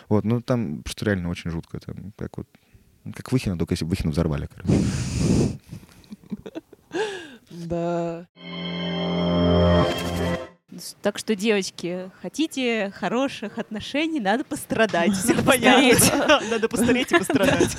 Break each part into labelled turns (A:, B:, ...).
A: Вот, ну там просто реально очень жутко. Там, как Выхино, только если бы Выхино взорвали, короче.
B: Да.
C: Так что, девочки, хотите хороших отношений, надо пострадать. Все понятно.
D: Надо постареть и пострадать.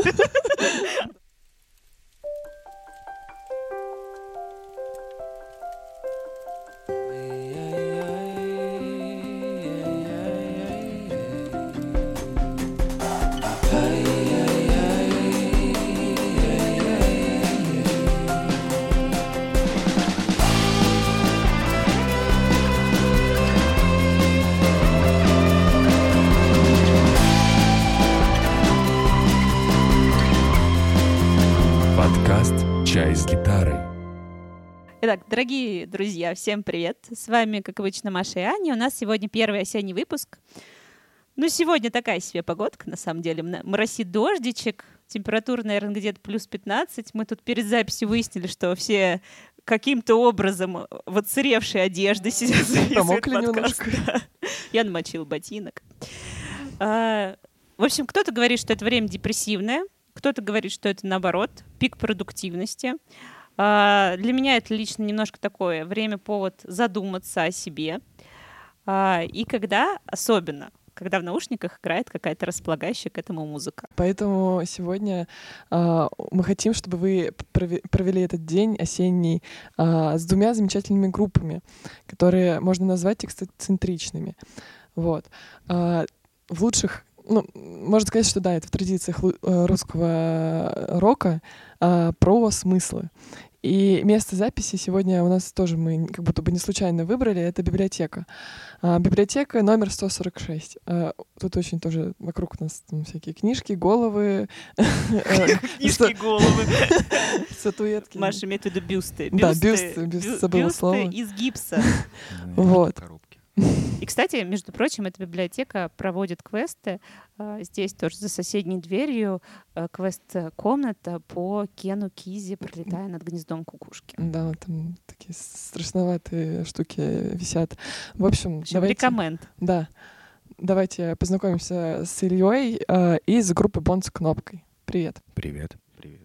E: Подкаст «Чай с гитарой».
C: Итак, дорогие друзья, всем привет. С вами, как обычно, Маша и Аня. У нас сегодня первый осенний выпуск. Ну, сегодня такая себе погодка, на самом деле. Моросит дождичек, температура, наверное, где-то плюс 15. Мы тут перед записью выяснили, что все каким-то образом в отсыревшей одежде сидят, записывают
B: Промокли
C: подкаст.
B: немножко.
C: Я намочила ботинок. В общем, кто-то говорит, что это время депрессивное, кто-то говорит, что это, наоборот, пик продуктивности. Для меня это лично немножко такое время-повод задуматься о себе. И особенно, когда в наушниках играет какая-то располагающая к этому музыка.
B: Поэтому сегодня мы хотим, чтобы вы провели этот день осенний с двумя замечательными группами, которые можно назвать эксцентричными. Вот. В лучших, можно сказать, что да, это в традициях русского рока про смыслы. И место записи сегодня у нас тоже мы как будто бы не случайно выбрали, это библиотека. Библиотека номер 146. Тут очень тоже вокруг у нас там всякие книжки, головы.
D: Книжки, головы.
B: Статуэтки.
C: Маша имеет в виду бюсты.
B: Да, бюсты, забыла слово.
C: Бюсты из гипса.
B: Вот.
C: И, кстати, между прочим, эта библиотека проводит квесты. Здесь тоже за соседней дверью квест-комната по Кену Кизи, пролетая над гнездом кукушки.
B: Да, там такие страшноватые штуки висят. В общем, давайте...
C: Рекоменд.
B: Да. Давайте познакомимся с Ильей из группы Бонд с кнопкой. Привет.
A: Привет. Привет.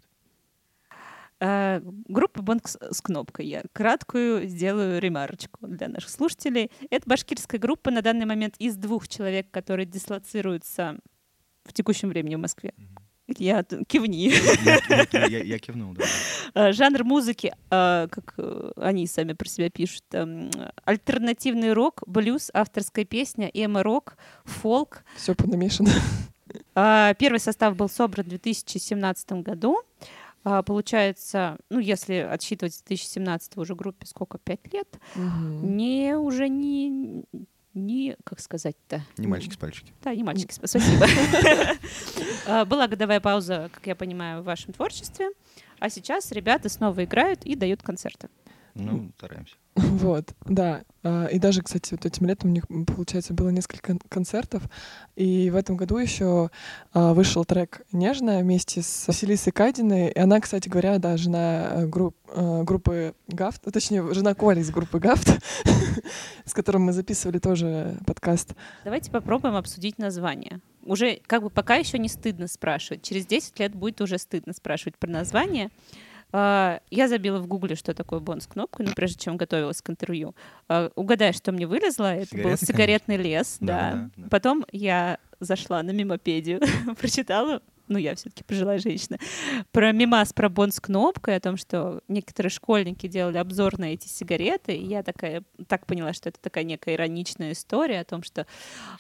C: Группа «Бонд с кнопкой». Я краткую сделаю ремарочку для наших слушателей. Это башкирская группа на данный момент из 2 человек, которые дислоцируются в текущем времени в Москве. Я кивни.
A: Я кивнул, да.
C: Жанр музыки, как они сами про себя пишут, альтернативный рок, блюз, авторская песня, эмо-рок, фолк.
B: Все понамешано.
C: Первый состав был собран в 2017 году. Получается, если отсчитывать с 2017 уже группе сколько, 5 лет, уже не, как сказать-то?
A: Не мальчики-спальчики.
C: Да, не мальчики, спасибо. Была годовая пауза, как я понимаю, в вашем творчестве, а сейчас ребята снова играют и дают концерты.
A: Стараемся.
B: Вот, да. И даже, кстати, вот этим летом у них, получается, было несколько концертов. И в этом году еще вышел трек «Нежная» вместе с Василисой Кадиной. И она, кстати говоря, да, жена группы Гафт, точнее, жена Коли из группы Гафт, с которым мы записывали тоже подкаст.
C: Давайте попробуем обсудить название. Уже пока еще не стыдно спрашивать. Через 10 лет будет уже стыдно спрашивать про название. Я забила в гугле, что такое Бонд с кнопкой, прежде чем готовилась к интервью. Угадай, что мне вылезло. Это был «Сигаретный лес». Да. Потом я зашла на мемопедию, прочитала, я все-таки пожилая женщина, про мемас про Бонд с кнопкой, о том, что некоторые школьники делали обзор на эти сигареты, и я так поняла, что это такая некая ироничная история о том, что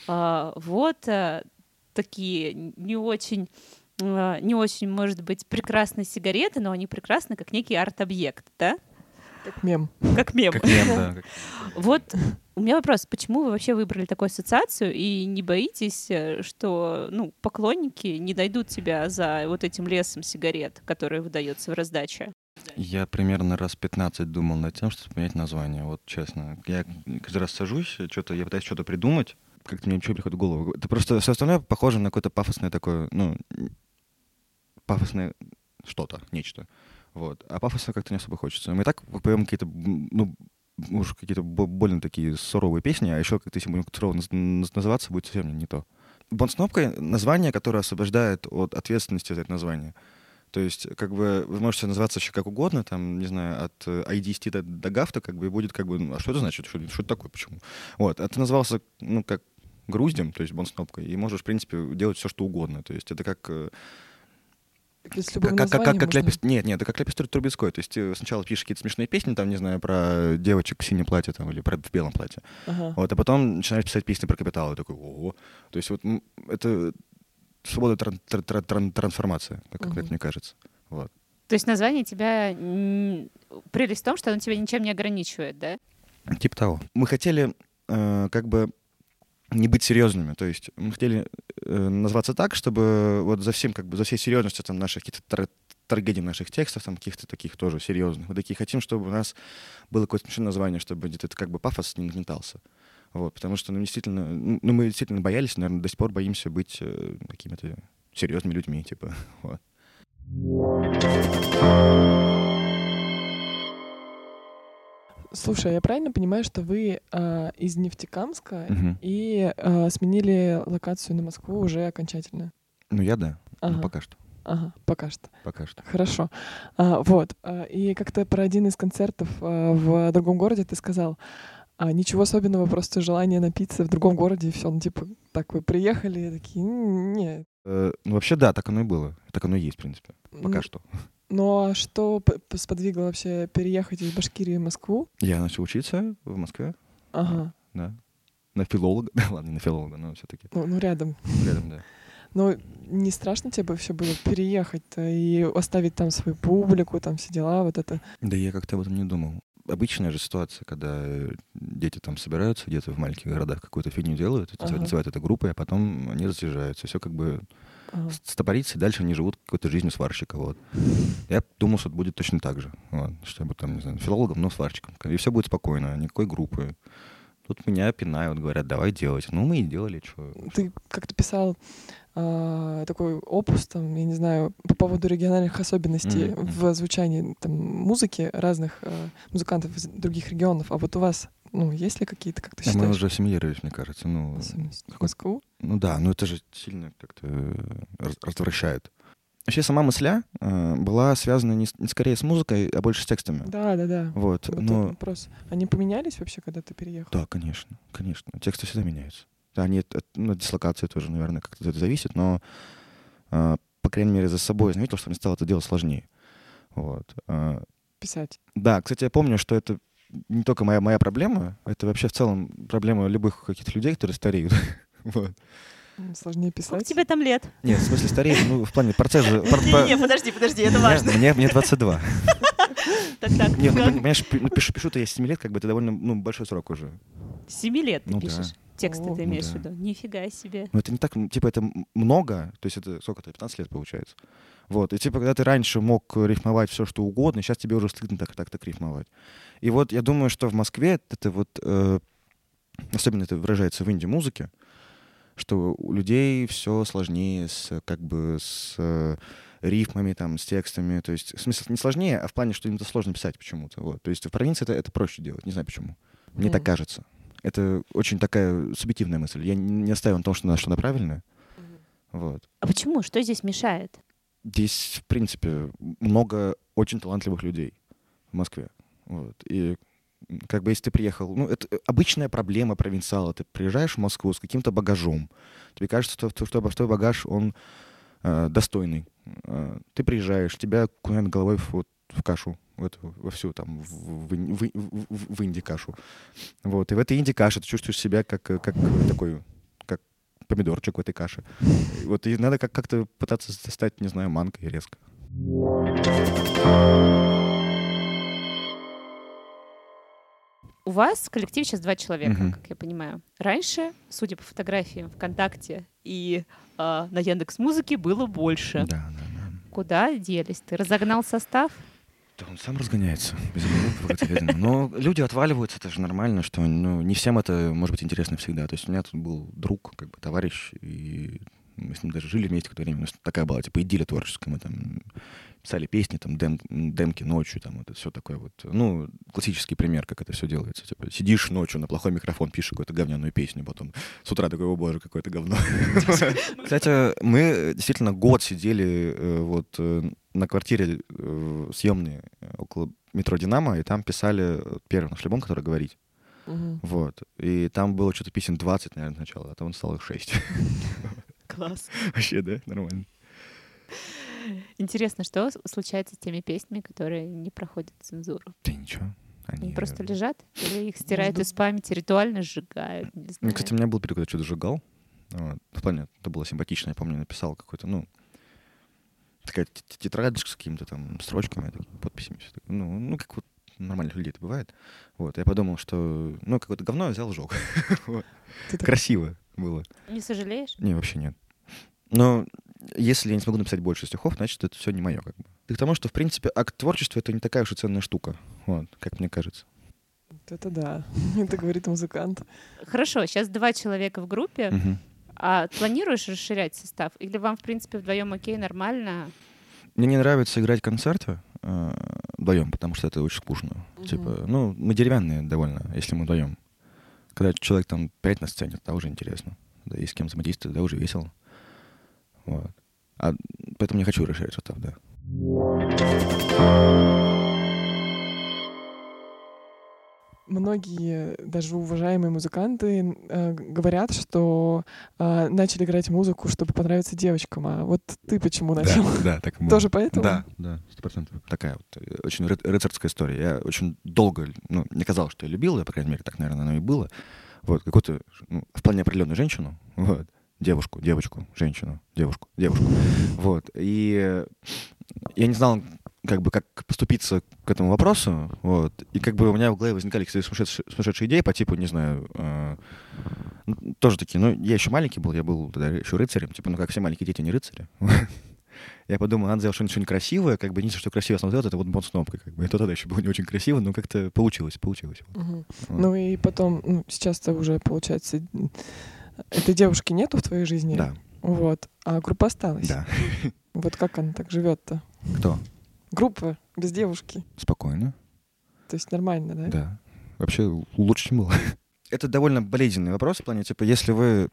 C: такие не очень, может быть, прекрасные сигареты, но они прекрасны как некий арт-объект, да?
B: Как мем.
C: Как мем.
A: Как мем, да.
C: Вот у меня вопрос, почему вы вообще выбрали такую ассоциацию и не боитесь, что поклонники не найдут тебя за вот этим лесом сигарет, который выдается в раздаче?
A: Я примерно раз 15 думал над тем, чтобы поменять название, вот честно. Я каждый раз сажусь, я пытаюсь что-то придумать, как-то мне ничего не приходит в голову. Это просто все остальное похоже на какое-то пафосное такое, пафосное что-то, нечто. Вот. А пафосно как-то не особо хочется. Мы и так поем какие-то, уж какие-то больно такие суровые песни, а еще как-то если будем сурово называться, будет совсем не то. Бонд с кнопкой — название, которое освобождает от ответственности за это название. То есть, как бы, вы можете называться вообще как угодно, там, не знаю, от IDST до гафта, как бы, и будет, как бы, а что это значит, что это такое, почему? Вот, а ты назвался, ну, как груздем, то есть бонд с кнопкой, и можешь, в принципе, делать все, что угодно. То есть это как...
B: С любым названием можно.
A: Нет, это как Ляпис Трубецкой. То есть ты сначала пишешь какие-то смешные песни, там, не знаю, про девочек в синем платье там, или про в белом платье.
B: Ага.
A: Вот, а потом начинаешь писать песни про капитал. И такой, ого. То есть вот это свобода трансформации, как мне кажется. Вот.
C: То есть название тебя... Прелесть в том, что оно тебя ничем не ограничивает, да?
A: Типа того. Мы хотели как бы не быть серьезными. То есть мы хотели назваться так, чтобы вот за всем, как бы за всей серьезностью там, наших каких-то трагедий наших текстов, там каких-то таких тоже серьезных. Мы такие хотим, чтобы у нас было какое-то смешное название, чтобы где-то это как бы пафос не нагнетался. Вот, потому что мы действительно боялись, наверное, до сих пор боимся быть какими-то серьезными людьми, типа. Вот.
B: Слушай, я правильно понимаю, что вы из Нефтекамска
A: Мгм.
B: и сменили локацию на Москву уже окончательно?
A: Ну, я да.
B: Ага.
A: Ну, пока что.
B: Ага, пока что.
A: Пока что.
B: Хорошо. Вот. И как-то про один из концертов в другом городе ты сказал, ничего особенного, просто желание напиться в другом городе, и все. Ну, типа, так вы приехали, и такие, нет.
A: Ну, вообще, да, так оно и было. Так оно и есть, в принципе. Пока
B: Ну,
A: что.
B: Ну, а что сподвигло вообще переехать из Башкирии в Москву?
A: Я начал учиться в Москве.
B: Ага.
A: Да. На филолога. Да, ладно, не на филолога, но все-таки
B: Ну, рядом.
A: рядом, да.
B: Но не страшно тебе вообще было переехать-то и оставить там свою публику, там все дела, вот это?
A: Да я как-то об этом не думал. Обычная же ситуация, когда дети там собираются где-то в маленьких городах, какую-то фигню делают,
B: Ага.
A: называют это группой, а потом они разъезжаются. Все как бы
B: Ага.
A: стопорится, и дальше они живут какой-то жизнью сварщика. Вот. Я думал, что это будет точно так же. Вот. Что я буду там, не знаю, филологом, но сварщиком. И все будет спокойно, никакой группы. Тут меня пинают, говорят, давай делать. Ну, мы и делали, что.
B: Ты как-то писал такой опус, там, я не знаю, по поводу региональных особенностей
A: Мгм.
B: в звучании там, музыки разных музыкантов из других регионов. А вот у вас, ну, есть ли какие-то, как ты
A: Мы
B: считаешь,
A: уже ассимилировались, мне кажется. Ну,
B: особенности?
A: какой-
B: Москву?
A: ну да, но это же сильно как-то развращает. Вообще сама мысля была связана не скорее с музыкой, а больше с текстами.
B: Да.
A: Вот,
B: Вот
A: но...
B: вопрос. Они поменялись вообще, когда ты переехал?
A: Да, конечно. Тексты всегда меняются. Да, они от дислокации тоже, наверное, как-то это зависит, но, по крайней мере, за собой я заметил, что мне стало это делать сложнее. Вот.
B: Писать.
A: Да, кстати, я помню, что это не только моя проблема, это вообще в целом проблема любых каких-то людей, которые стареют. Вот.
B: Сложнее
C: Сколько
B: писать.
C: тебе там лет?
A: Нет, в смысле стареют, ну, в плане процесс же...
D: Не-не, подожди, это важно.
A: Мне 22.
C: Так,
A: Нет, ну,
C: как?
A: понимаешь, пишу-то я 7 лет, как бы это довольно большой срок уже.
C: 7 лет ты
A: Ну да.
C: пишешь. Тексты
B: О,
C: ты
B: ну
C: имеешь в
A: да.
C: виду? Нифига себе.
A: Ну, это не так, типа, это много, то есть это сколько-то, 15 лет получается. Вот, и типа, когда ты раньше мог рифмовать все, что угодно, сейчас тебе уже стыдно так рифмовать. И вот я думаю, что в Москве это вот, особенно это выражается в инди-музыке, что у людей все сложнее как бы с рифмами, там, с текстами. То есть, в смысле, не сложнее, а в плане, что им это сложно писать почему-то. Вот. То есть в провинции это проще делать, не знаю почему. Мне так кажется. Это очень такая субъективная мысль. Я не оставил на том, что она правильная. Вот.
C: А почему? Что здесь мешает?
A: Здесь, в принципе, много очень талантливых людей в Москве. Вот. И как бы если ты приехал... Ну, это обычная проблема провинциала. Ты приезжаешь в Москву с каким-то багажом. Тебе кажется, что твой багаж, он достойный. Ты приезжаешь, тебя куда-нибудь головой в кашу, во всю там, в инди-кашу. Вот. И в этой инди-каше ты чувствуешь себя как такой, как помидорчик в этой каше. Вот. И надо как-то пытаться стать, не знаю, манкой резко.
C: У вас в коллективе сейчас 2 человека,
A: Мгм.
C: как я понимаю. Раньше, судя по фотографиям ВКонтакте и на Яндекс.Музыке, было больше.
A: Да.
C: Куда делись? Ты разогнал состав?
A: Да он сам разгоняется, без этого. Но люди отваливаются, это же нормально, что не всем это может быть интересно всегда. То есть у меня тут был друг, как бы товарищ, и Мы с ним даже жили вместе какое-то время. У нас такая была, типа, идиллия творческая. Мы там писали песни, там, демки ночью, там, вот это все такое вот. Ну, классический пример, как это все делается. Типа, сидишь ночью на плохой микрофон, пишешь какую-то говняную песню, потом с утра такой, о боже, какое-то говно. Кстати, мы действительно год сидели вот на квартире съемной около метро «Динамо», и там писали первый наш альбом, который «Говорить». Вот. И там было что-то песен 20, наверное, сначала, а там стало их 6.
C: Класс.
A: Вообще, да? Нормально.
C: Интересно, что случается с теми песнями, которые не проходят цензуру?
A: Да ничего.
C: Они просто лежат? Или их стирают из памяти, ритуально сжигают? Не знаю.
A: Кстати, у меня был период, когда я что-то сжигал. Вот. В плане, это было симпатично. Я помню, написал какой-то, ну, такая тетрадочка с какими-то там строчками, подписями. Ну, как вот нормальных людей это бывает. Вот. Я подумал, что, ну, какое-то говно я взял и сжег. Красиво было.
C: Не сожалеешь?
A: Не, вообще нет. Но если я не смогу написать больше стихов, значит, это все не мое, как бы. И к тому, что, в принципе, акт творчества — это не такая уж и ценная штука, вот, как мне кажется.
B: Это да, это говорит музыкант.
C: Хорошо, сейчас 2 человека в группе.
A: Мгм.
C: А планируешь расширять состав? Или вам, в принципе, вдвоем окей, нормально?
A: Мне не нравится играть концерты вдвоем, потому что это очень скучно. Типа, ну, мы деревянные довольно, если мы вдвоем. Когда человек там 5 на сцене, тогда уже интересно. Да, и с кем взаимодействовать, тогда уже весело. Вот. Поэтому не хочу расширять состав, да.
B: Многие, даже уважаемые музыканты, говорят, что начали играть музыку, чтобы понравиться девочкам. А вот ты почему начал?
A: Да, так и было.
B: Тоже поэтому?
A: Да, 100%. Такая вот очень рыцарская история. Я очень долго, ну, мне казалось, что я любил, по крайней мере, так, наверное, оно и было. Вот, какую-то, ну, вполне определенную женщину, вот, девушку, женщину, девушку. Вот, и я не знал, как бы, как поступиться к этому вопросу, вот, и как бы у меня в голове возникали какие-то сумасшедшие идеи по типу, не знаю, тоже такие, ну, я еще маленький был, я был тогда еще рыцарем, типа, ну, как все маленькие дети, не рыцари. Я подумал, надо сделать что-нибудь красивое, как бы единственное, что красиво смог сделать, это вот бонус кнопкой, как бы. Это тогда еще было не очень красиво, но как-то получилось. Вот.
B: Ну и потом, сейчас-то уже, получается, этой девушки нету в твоей жизни?
A: Да.
B: Вот, а группа осталась?
A: Да.
B: Вот как она так живет-то?
A: Кто?
B: Группа без девушки.
A: Спокойно.
B: То есть нормально, да?
A: Да. Вообще лучше, чем было. Это довольно болезненный вопрос в плане, типа, если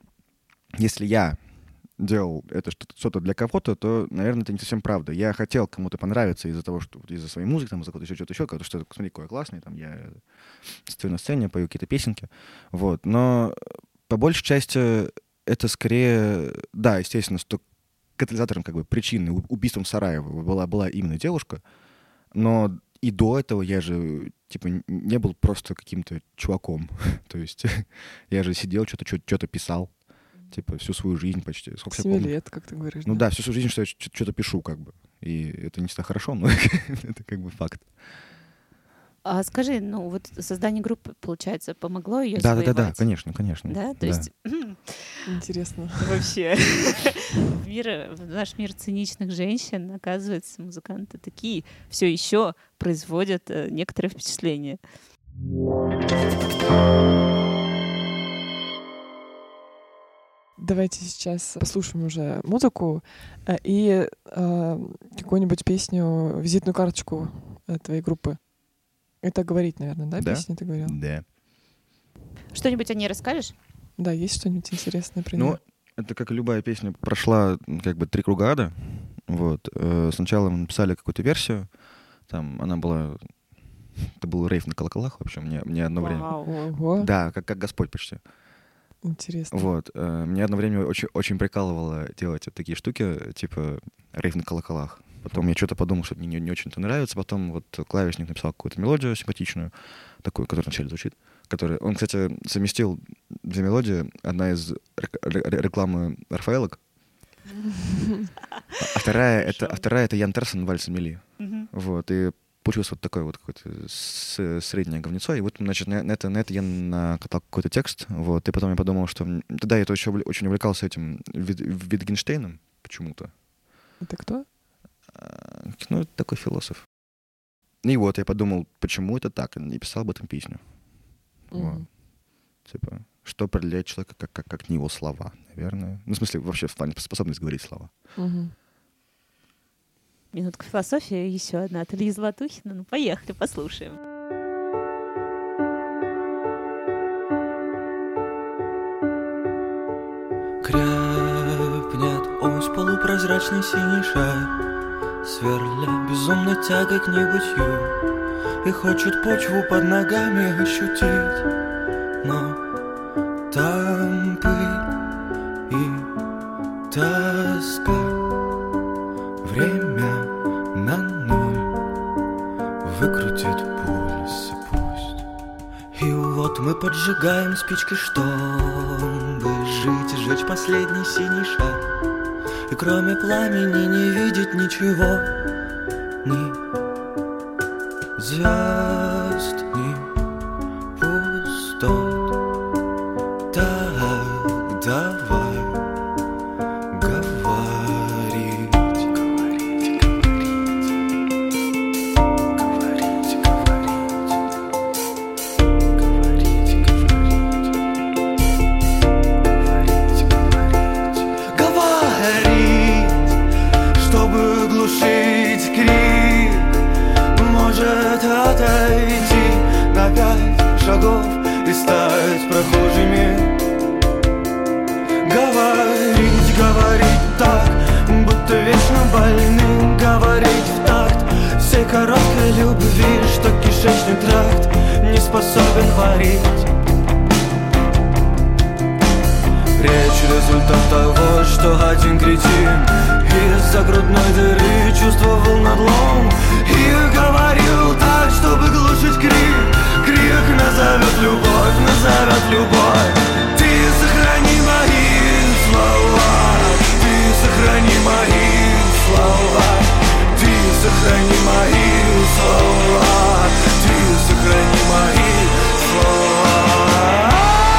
A: я делал это что-то для кого-то, то, наверное, это не совсем правда. Я хотел кому-то понравиться из-за того, что из-за своей музыки, там, из-за какого-то еще, кого-то, что, смотри, какой я классный, там, я стою на сцене, пою какие-то песенки, вот. Но по большей части это скорее, да, естественно, что катализатором, как бы, причины убийством Сараева была именно девушка, но и до этого я же, типа, не был просто каким-то чуваком. То есть я же сидел, что-то писал. Типа, всю свою жизнь почти.
B: 7 лет, как ты говоришь.
A: Ну да, всю свою жизнь, что я что-то пишу, как бы. И это не всегда хорошо, но это как бы факт.
C: А скажи, ну вот создание группы, получается, помогло ее
A: Да, конечно.
C: Да, то есть
B: Интересно.
C: вообще в наш мир циничных женщин, оказывается, музыканты такие все еще производят некоторое впечатление.
B: Давайте сейчас послушаем уже музыку и какую-нибудь песню, визитную карточку твоей группы. Это говорить, наверное, да,
A: Да.
B: песня ты говорил?
A: Да.
C: Что-нибудь о ней расскажешь?
B: Да, есть что-нибудь интересное про
A: Ну,
B: неё?
A: это, как и любая песня, прошла как бы 3 круга ада. Вот. Сначала мы написали какую-то версию. Там она была... Это был рейв на колоколах, в общем, мне одно время...
B: Ого,
A: Да, как Господь почти.
B: интересно.
A: Вот. Меня одно время очень прикалывало делать вот такие штуки, типа рейв на колоколах. Потом я что-то подумал, что мне не очень-то нравится. Потом вот клавишник написал какую-то мелодию симпатичную, такую, которая вначале звучит. Он, кстати, совместил 2 мелодии. Одна из рекламы Рафаэлок. А вторая это Ян Терсон «Вальс Эмили». Вот. И получился вот такой вот какое-то среднее говнецо. И вот, значит, на это я накатал какой-то текст. Вот. И потом я подумал, что... Тогда я еще очень увлекался этим Витгенштейном почему-то.
B: Это кто?
A: Ну, это такой философ. И вот я подумал, почему это так, и написал об этом песню. Вот. Типа, что определяет человека как не его слова, наверное. Ну, в смысле, вообще в плане способность говорить слова.
C: Минутка философии еще одна от Ильи Золотухина. Ну, поехали, послушаем.
F: Крепнет ось полупрозрачный синий шар, сверля безумной тягой к небытию, и хочет почву под ногами ощутить, но там пыль и тоска. Время на ноль выкрутит пульс и пусть. И вот мы поджигаем спички, чтобы жить и жечь последний синий шар. И кроме пламени не видеть ничего, ни звезд, ни пустот. Так давай говорить, говорить, говорить, говорить, говорить, говорить, говорить, говорить, чтобы глушить крик, может отойти на 5 шагов и стать прохожими. Говорить, говорить так, будто вечно больным. Говорить в такт всей короткой любви, что кишечный тракт не способен варить. Речь результат того, что один кретин из-за грудной дыры чувствовал надлом и говорил так, чтобы глушить крик. Крик назовет любовь, назовет любовь. Ты сохрани мои слова, ты сохрани мои слова, ты сохрани мои слова, ты сохрани мои слова.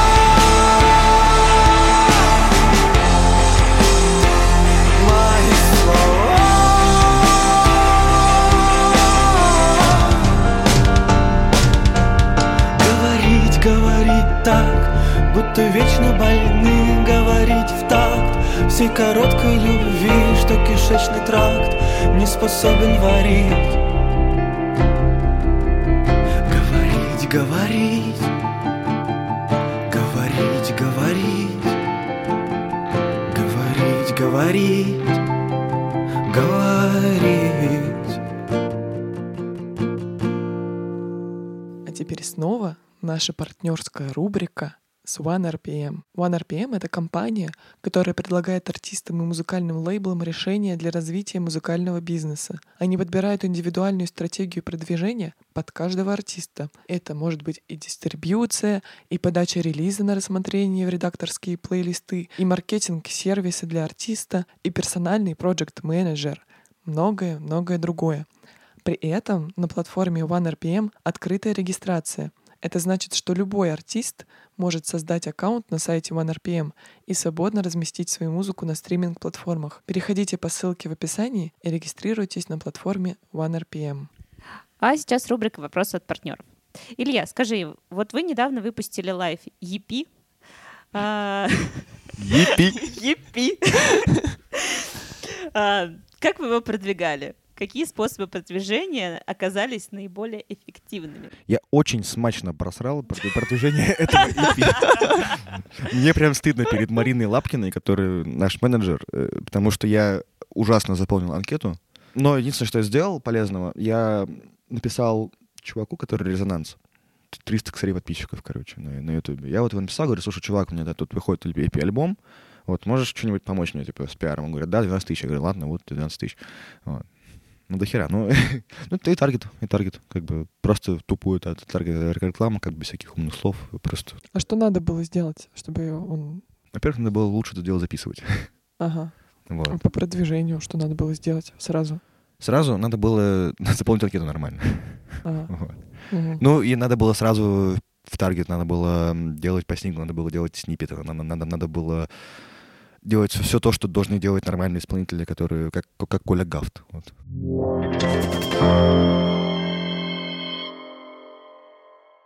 F: Мои слова. Говорить, говорить так, будто вечно больны. Говорить в такт всей короткой любви, что кишечный тракт не способен варить. Говорить, говорить, говорить, говорить, говорить, говорить, говорить.
B: А теперь снова наша партнерская рубрика с OneRPM. OneRPM — это компания, которая предлагает артистам и музыкальным лейблам решения для развития музыкального бизнеса. Они подбирают индивидуальную стратегию продвижения под каждого артиста. Это может быть и дистрибьюция, и подача релиза на рассмотрение в редакторские плейлисты, и маркетинг-сервисы для артиста, и персональный проект-менеджер. Многое другое. При этом на платформе OneRPM открытая регистрация. Это значит, что любой артист может создать аккаунт на сайте OneRPM и свободно разместить свою музыку на стриминг-платформах. Переходите по ссылке в описании и регистрируйтесь на платформе OneRPM.
C: А сейчас рубрика «Вопросы от партнеров». Илья, скажи, вот вы недавно выпустили лайв EP. EP. Как вы его продвигали? Какие способы продвижения оказались наиболее эффективными?
A: Я очень смачно просрал продвижение этого EP. Мне прям стыдно перед Мариной Лапкиной, которая наш менеджер, потому что я ужасно заполнил анкету. Но единственное, что я сделал полезного, я написал чуваку, который «Резонанс». 300 косарей подписчиков, короче, на YouTube. Я вот его написал, говорю: слушай, чувак, у меня тут выходит EP-альбом, вот, можешь что-нибудь помочь мне, типа, с пиаром? Он говорит: да, 12 тысяч. Я говорю: ладно, вот 12 тысяч. Вот. Ну, до хера. Ну, это и таргет. Как бы просто тупую таргет реклама, как без всяких умных слов. Просто.
B: А что надо было сделать, чтобы он...
A: Во-первых, надо было лучше это дело записывать.
B: Ага.
A: Вот.
B: А по продвижению что надо было сделать сразу?
A: Сразу надо было заполнить анкету нормально.
B: Ага.
A: Вот.
B: Угу.
A: Ну, и надо было сразу в таргет, надо было делать по синглу, надо было делать сниппеты, надо было делать все то, что должны делать нормальные исполнители, которые, как Коля Гафт. Вот.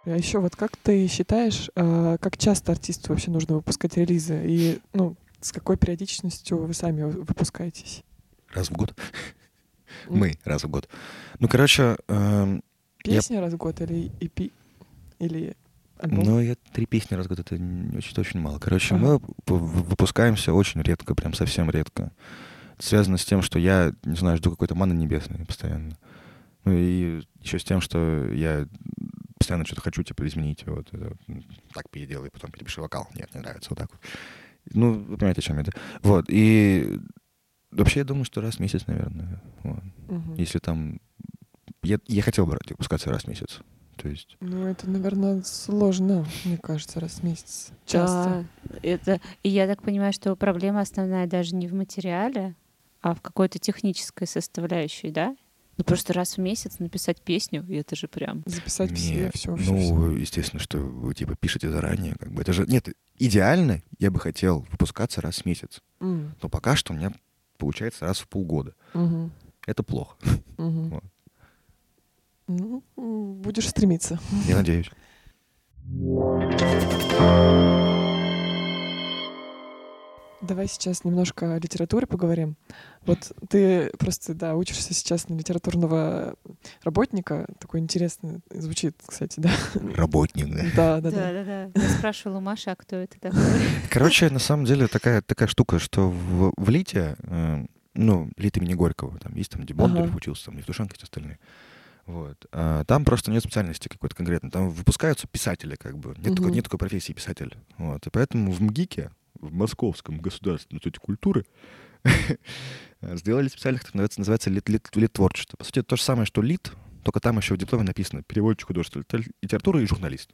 B: А еще вот как ты считаешь, как часто артисту вообще нужно выпускать релизы? И, ну, с какой периодичностью вы сами выпускаетесь?
A: Раз в год. Мы раз в год. Ну, короче...
B: Песня раз в год или EP? Или альбом?
A: Ну, 3 песни раз в год — это очень мало. Короче, мы выпускаемся очень редко, прям совсем редко. Это связано с тем, что я, не знаю, жду какой-то маны небесной постоянно. Ну, и еще с тем, что я постоянно что-то хочу, типа, изменить. Вот, так переделай, потом перепиши вокал. Нет, не нравится, вот так вот. Ну, вы понимаете, о чем это. Вот, и вообще я думаю, что раз в месяц, наверное. Вот. Если там... Я хотел бы выпускаться раз в месяц. То есть...
B: Ну, это, наверное, сложно, мне кажется, раз в месяц. Часто.
C: Да, и я так понимаю, что проблема основная даже не в материале, а в какой-то технической составляющей, да? Ну, просто раз в месяц написать песню, и это же прям...
B: Записать
A: Нет,
B: все.
A: Естественно, что вы, типа, пишете заранее. Как бы. Это же... Нет, идеально я бы хотел выпускаться раз в месяц. Но пока что у меня получается раз в полгода. Это плохо. Вот.
B: Ну, будешь стремиться.
A: Я надеюсь.
B: Давай сейчас немножко о литературе поговорим. Вот ты просто, да, учишься сейчас на литературного работника. Такой интересный звучит, кстати, да?
A: Работник, да?
B: Да.
C: Я спрашивала у Маши, а кто это такой?
A: Короче, на самом деле такая штука, что в ЛИТе, ЛИТ имени Горького, там есть там, где Бондарев учился, там Евтушенко и все остальные. Вот. Там просто нет специальности какой-то конкретной. Там выпускаются писатели, как бы. Нет такой профессии писатель. Вот. И поэтому в МГИКе, в Московском государственном институте культуры, сделали специальность, которая называется литтворчество. По сути, это то же самое, что ЛИТ, только там еще в дипломе написано переводчик художественной литературы и журналист.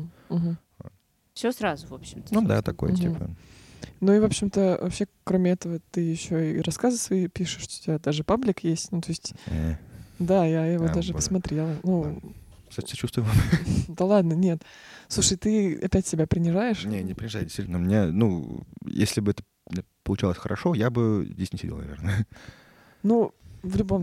C: Все сразу, в общем-то.
A: Ну да, такое, типа.
B: Ну и, в общем-то, вообще, кроме этого, ты еще и рассказы свои пишешь, у тебя даже паблик есть. Ну, то есть... Да, я его даже посмотрела. Ну,
A: кстати, чувствую.
B: Да ладно, нет. Слушай, ты опять себя принижаешь?
A: Не принижай, действительно. Мне, если бы это получалось хорошо, я бы здесь не сидел, наверное.
B: Ну, в любом...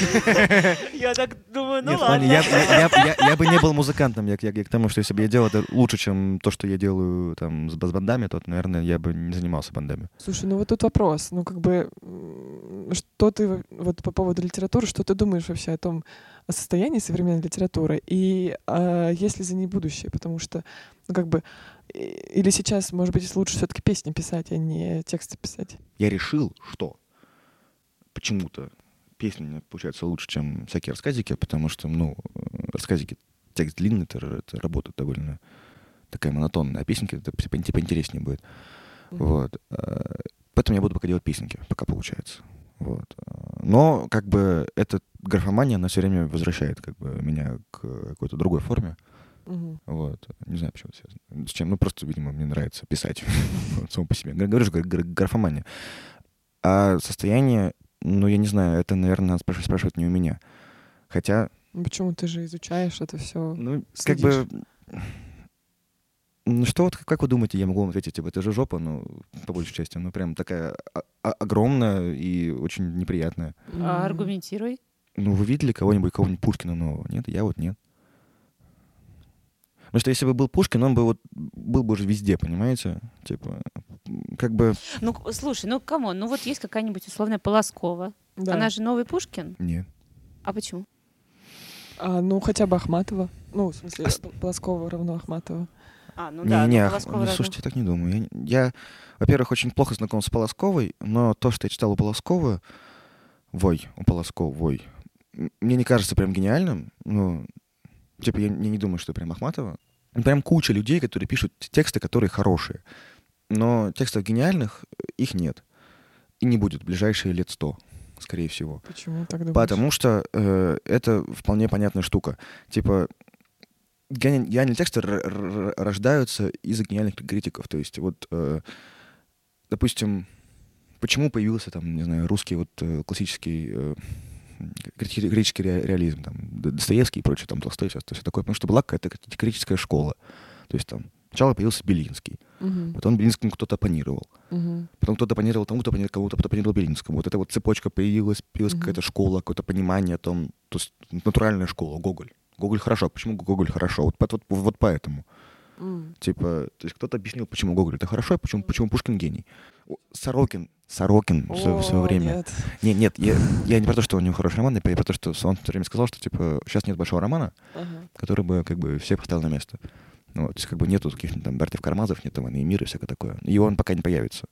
D: Я так думаю,
A: Нет,
D: ладно.
A: Я бы не был музыкантом. Я к тому, что если бы я делал это лучше, чем то, что я делаю там с бандами, то, наверное, я бы не занимался бандами.
B: Слушай, ну вот тут вопрос. Ну, как бы, что ты вот по поводу литературы, что ты думаешь вообще о состоянии современной литературы? И есть ли за ней будущее? Потому что, ну, как бы, или сейчас, может быть, лучше все-таки песни писать, а не тексты писать?
A: Я решил, что почему-то песни у меня получаются лучше, чем всякие рассказики, потому что, рассказики, текст длинный, это работа довольно такая монотонная, а песенки это типа интереснее будет. Вот. Поэтому я буду пока делать песенки, пока получается. Вот. Но, как бы, эта графомания, она все время возвращает, как бы, меня к какой-то другой форме. Вот. Не знаю, почему это связано. С чем? Ну, просто, видимо, мне нравится писать само по себе. Говорю же, графомания. А состояние, я не знаю, это, наверное, надо спрашивать не у меня. Хотя...
B: Почему? Ты же изучаешь это все.
A: Ну, как бы... Ну, что вот, как вы думаете, я могу вам ответить, типа, это же жопа, по большей части, прям такая огромная и очень неприятная.
C: А аргументируй.
A: Вы видели кого-нибудь Пушкина нового? Нет? Я вот нет. Потому что если бы был Пушкин, он бы вот был бы уже везде, понимаете? Типа, как бы...
C: Ну, слушай, камон, вот есть какая-нибудь условная Полоскова.
B: Да.
C: Она же новый Пушкин?
A: Нет.
C: А почему?
B: Хотя бы Ахматова. Ну, в смысле, Полоскова равно Ахматова.
A: Слушайте, я так не думаю. Я, во-первых, очень плохо знаком с Полосковой, но то, что я читал у Полосковой, мне не кажется прям гениальным. Типа, я не думаю, что прям Ахматова. Прям куча людей, которые пишут тексты, которые хорошие. Но текстов гениальных их нет. И не будет в ближайшие лет 100, скорее всего.
B: Почему так думаешь?
A: Потому что это вполне понятная штука. Типа, гениальные тексты рождаются из-за гениальных критиков. То есть, вот, допустим, почему появился там, не знаю, русский классический критический реализм, там, Достоевский и прочее, там, Толстой, все такое, потому что была какая-то критическая школа. То есть там сначала появился Белинский, потом Белинскому кто-то оппонировал, потом кто-то оппонировал тому, кому-то оппонировал Белинскому. Вот эта вот цепочка появилась какая-то школа, какое-то понимание о том, то есть натуральная школа, Гоголь. Гоголь хорошо. Почему Гоголь хорошо? Вот поэтому.
B: М.
A: Типа, то есть кто-то объяснил, почему Гоголь это хорошо, а почему Пушкин гений. Сорокин в свое
B: О,
A: время.
B: нет.
A: Нет, я не про то, что у него хороший роман, я про то, что он все время сказал, что типа сейчас нет большого романа,
B: Ага.
A: который бы как бы всех поставил на место. Вот, то есть как бы нету каких-то там братьев Карамазов, нет «Войны и мира» и всякое такое. И он пока не появится.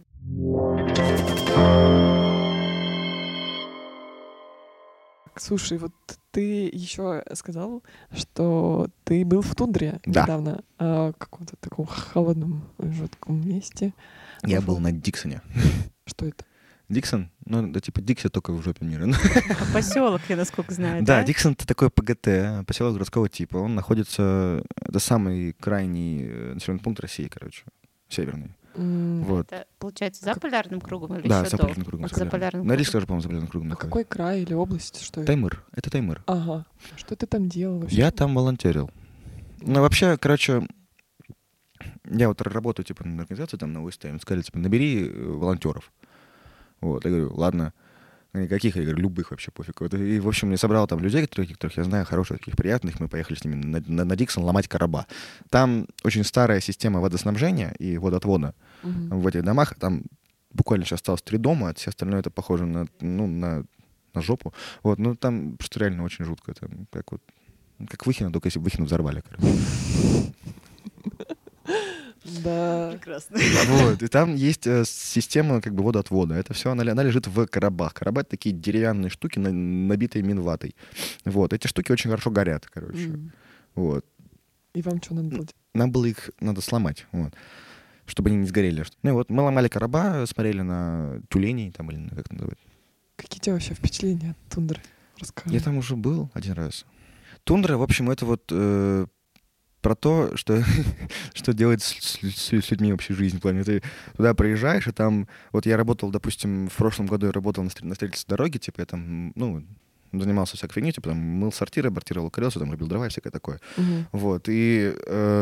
B: Слушай, вот ты еще сказал, что ты был в тундре
A: Да.
B: недавно, в каком-то таком холодном, жутком месте.
A: Я
B: Пошел.
A: был на Диксоне.
B: Что это?
A: Диксон? Ну, это типа Дикси только в жопе мира.
C: Поселок, я насколько знаю,
A: Да,
C: да?
A: Диксон — это такой ПГТ, поселок городского типа. Он находится... Это самый крайний населенный пункт России, короче, северный. Вот.
C: Это, получается, за полярным кругом или
A: Да,
C: еще
A: за
C: до?
A: полярным кругом.
C: Вот за полярным
A: Норильск
C: кругом.
A: тоже, по-моему, за полярным кругом
B: А
A: находится.
B: какой край или область? Что это?
A: Таймыр. Это Таймыр.
B: Ага. Что ты там делал вообще?
A: Я там волонтерил. Ну, вообще, короче, я вот работаю, типа, на организации, там, на ОСТ. Им сказали, типа, набери волонтеров. Вот, я говорю, ладно. Каких? Я говорю, любых вообще, пофиг. Вот, и, в общем, я собрал там людей, которых я знаю, хороших, таких приятных. Мы поехали с ними на Диксон ломать короба. Там очень старая система водоснабжения и водоотвода
B: Мгм.
A: в этих домах. Там буквально сейчас осталось 3 дома, а все остальное это похоже на жопу. Вот, ну там просто реально очень жутко. Там, как Выхино, только если бы Выхино взорвали. Короче.
B: Да.
D: Прекрасно.
A: Вот, и там есть система как бы водоотвода. Это все, она лежит в коробах. Короба — это такие деревянные штуки, набитые минватой. Вот, эти штуки очень хорошо горят, короче.
B: М.
A: Вот.
B: И вам что надо было делать?
A: Нам было их надо сломать, вот, чтобы они не сгорели. Ну и вот мы ломали короба, смотрели на тюленей, там, или как это называется.
B: Какие у тебя вообще впечатления от тундры? Расскажи.
A: Я там уже был один раз. Тундра, в общем, это вот про то, что, что делать с людьми вообще жизнь. В плане, ты туда приезжаешь, и там... Вот я работал, допустим, в прошлом году я работал на строительстве дороги, типа я там, ну, занимался всякой фигней, типа там мыл сортиры, бортировал колеса, там рубил дрова и всякое такое.
B: Мгм.
A: Вот, и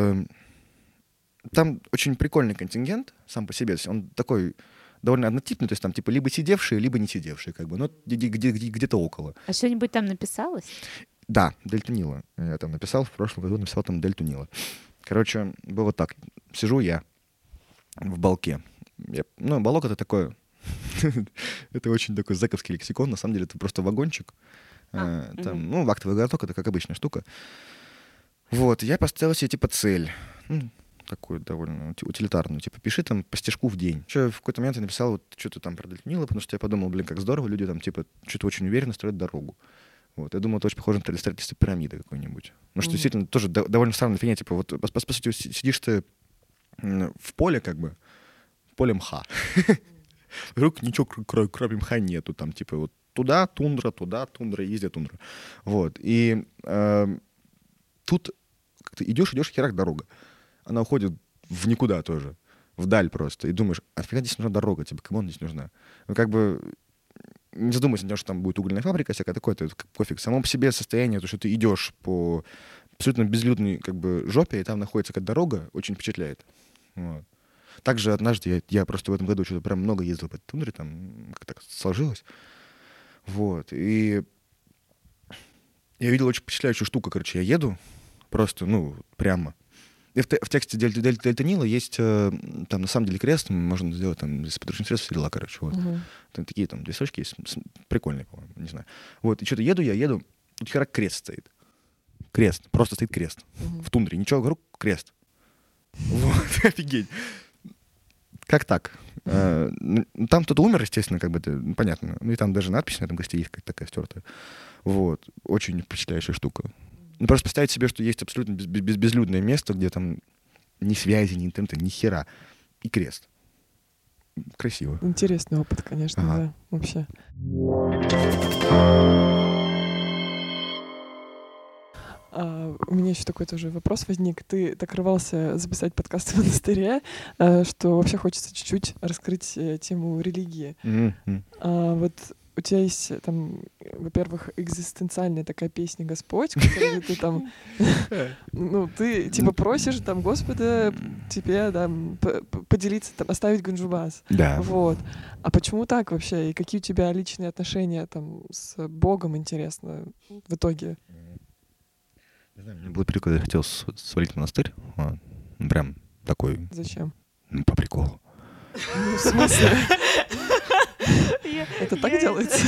A: там очень прикольный контингент сам по себе. То есть он такой довольно однотипный, то есть там типа либо сидевшие, либо не сидевшие, как бы, но где-то около.
C: А что-нибудь там написалось?
A: Да, Дельту Нила. Я там написал, в прошлом году написал там Дельту Нила. Короче, было вот так. Сижу я в балке. Ну, балок — это такое... Это очень такой зэковский лексикон. На самом деле это просто вагончик. Там, ну, вахтовый городок — это как обычная штука. Вот, я поставил себе типа цель. Такую довольно утилитарную. Типа, пиши там по стишку в день. Еще в какой-то момент я написал вот что-то там про Дельту Нила, потому что я подумал, блин, как здорово, люди там типа что-то очень уверенно строят дорогу. Вот, я думал, это очень похоже на строительство пирамиды какой-нибудь. Ну, что действительно тоже довольно странная фигня. Типа, вот, по сути, сидишь ты в поле, как бы, поле мха. Вдруг ничего, кроме мха, нету. Там, типа, вот туда тундра, и везде тундра. Вот, и тут как ты идешь, херак дорога. Она уходит в никуда тоже, вдаль просто. И думаешь, а нафига здесь нужна дорога? Типа, кому она здесь нужна? Ну, как бы, не задумайся, что там будет угольная фабрика, всякое такое, это пофиг. Само по себе состояние, то, что ты идешь по абсолютно безлюдной как бы жопе, и там находится какая-то дорога, очень впечатляет. Вот. Также однажды я просто в этом году что-то прям много ездил по этой тундре, там как так сложилось. Вот. И я видел очень впечатляющую штуку, короче, я еду просто, ну, прямо. И в тексте Дельта Нила есть там на самом деле крест, можно сделать там из подручных средств все дела, короче. Вот. Там такие там листочки есть, прикольные, по-моему, не знаю. Вот, и что-то еду, тут херак крест стоит. Крест, просто стоит крест. В тундре, ничего вокруг, крест. Вот, офигеть. Как так? Там кто-то умер, естественно, как бы это понятно. Ну и там даже надпись на этом кресте есть как такая стертая. Вот, очень впечатляющая штука. Ну, просто представить себе, что есть абсолютно безлюдное место, где там ни связи, ни интернета, ни хера. И крест. Красиво.
B: Интересный опыт, конечно,
A: Ага.
B: да, вообще. У меня еще такой тоже вопрос возник. Ты так рвался записать подкаст в монастыре, что вообще хочется чуть-чуть раскрыть тему религии. Вот у тебя есть там, во-первых, экзистенциальная такая песня «Господь», которую ты там, ну, ты типа просишь там Господа тебе там поделиться, там, оставить ганджубас.
A: Да.
B: Вот. А почему так вообще? И какие у тебя личные отношения там с Богом, интересно, в итоге?
A: Не знаю, мне было прикольно, когда я хотел свалить в монастырь. Прям такой,
B: Зачем?
A: по приколу.
B: Ну, в смысле? Это так делается?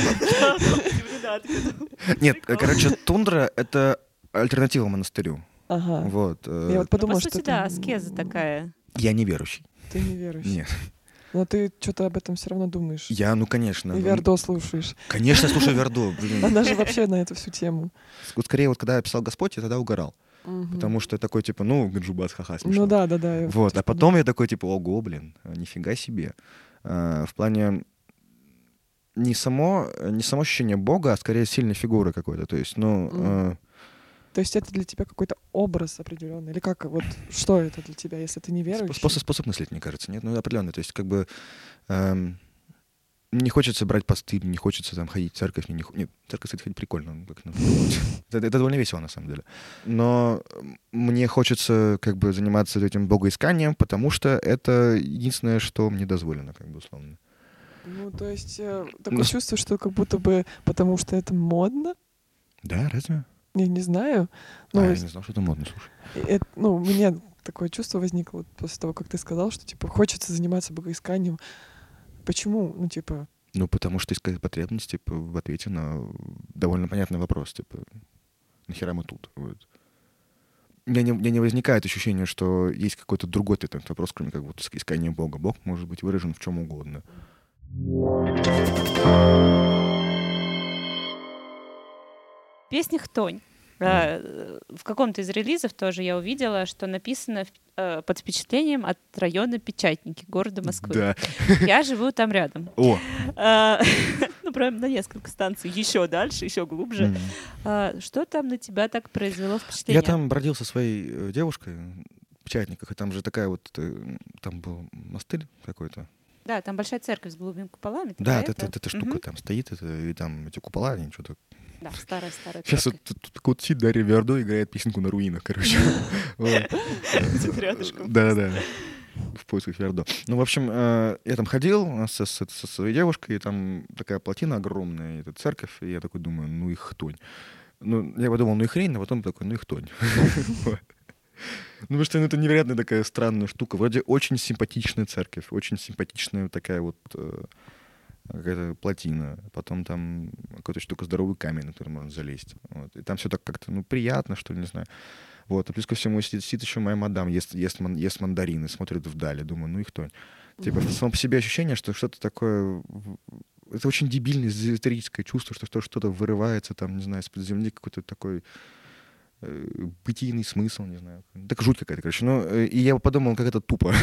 A: Нет, короче, тундра — это альтернатива монастырю.
B: Ага.
A: Вот.
B: Я вот подумала,
C: По
B: что
C: сути, да, аскеза такая.
A: Я неверующий.
B: Ты не верующий.
A: Нет.
B: Но ты что-то об этом все равно думаешь.
A: Я, конечно.
B: И Вердо слушаешь.
A: Конечно, слушаю Вердо. Блин.
B: Она же вообще на эту всю тему.
A: Вот скорее, вот когда я писал «Господь», я тогда угорал.
B: Мгм.
A: Потому что я такой, типа, ну, Гаджубас, ха-ха, смешно.
B: Ну да. я
A: Вот,
B: тоже
A: а потом я такой, типа, ого, блин, нифига себе. В плане не само ощущение Бога, а скорее сильной фигуры какой-то. То есть,
B: То есть это для тебя какой-то образ определенный? Или как? Вот что это для тебя, если ты не верующий?
A: способ мыслить, мне кажется, нет? Ну, определенный. То есть, как бы не хочется брать посты, не хочется там ходить в церковь. Нет, в церковь, кстати, ходить прикольно. Это довольно весело, на самом деле. Но мне хочется как бы заниматься этим богоисканием, потому что это единственное, что мне дозволено, как бы условно.
B: Ну, то есть такое чувство, что как будто бы потому что это модно?
A: Да, разве?
B: Я не знаю.
A: Я не знал, что это модно, слушай.
B: У меня такое чувство возникло вот после того, как ты сказал, что типа хочется заниматься богоисканием. Почему? Ну, типа...
A: Ну, потому что искать потребность, типа, в ответе на довольно понятный вопрос, типа, нахера мы тут? Вот. У меня не возникает ощущение, что есть какой-то другой ответ на этот вопрос, кроме как вот искания Бога. Бог может быть выражен в чем угодно.
C: Песня «Хтонь». В каком-то из релизов тоже я увидела, что написано под впечатлением от района Печатники города Москвы.
A: Да.
C: Я живу там рядом.
A: О!
C: Ну, прям на несколько станций. Еще дальше, еще глубже. Что там на тебя так произвело впечатление?
A: Я там бродил со своей девушкой в Печатниках, и там же такая вот... Там был монастырь какой-то.
C: Да, там большая церковь с голубыми куполами.
A: Да, эта штука там стоит, и там эти купола, они что-то...
C: Да, старая
A: Сейчас вот сидит Дарья Вердо, играет песенку на руинах, короче. Да. В поисках Вердо. Ну, в общем, я там ходил со своей девушкой, и там такая плотина огромная, это церковь, и я такой думаю, ну и хтонь. Ну, я подумал, ну и хрень, а потом такой, ну и хтонь. Ну, потому что это невероятная такая странная штука. Вроде очень симпатичная церковь, очень симпатичная такая вот какая-то плотина. Потом там какая-то штука, здоровый камень, на который можно залезть. Вот. И там все так как-то, ну, приятно, что ли, не знаю. Вот. А плюс ко всему сидит еще моя мадам, ест мандарины, смотрит вдали. Думаю, ну и кто? Типа, само по себе ощущение, что что-то такое... Это очень дебильное, эзотерическое чувство, что что-то вырывается там, не знаю, из-под земли, какой-то такой бытийный смысл, не знаю. Так жуть какая-то, короче. Ну, и я подумал, как это тупо.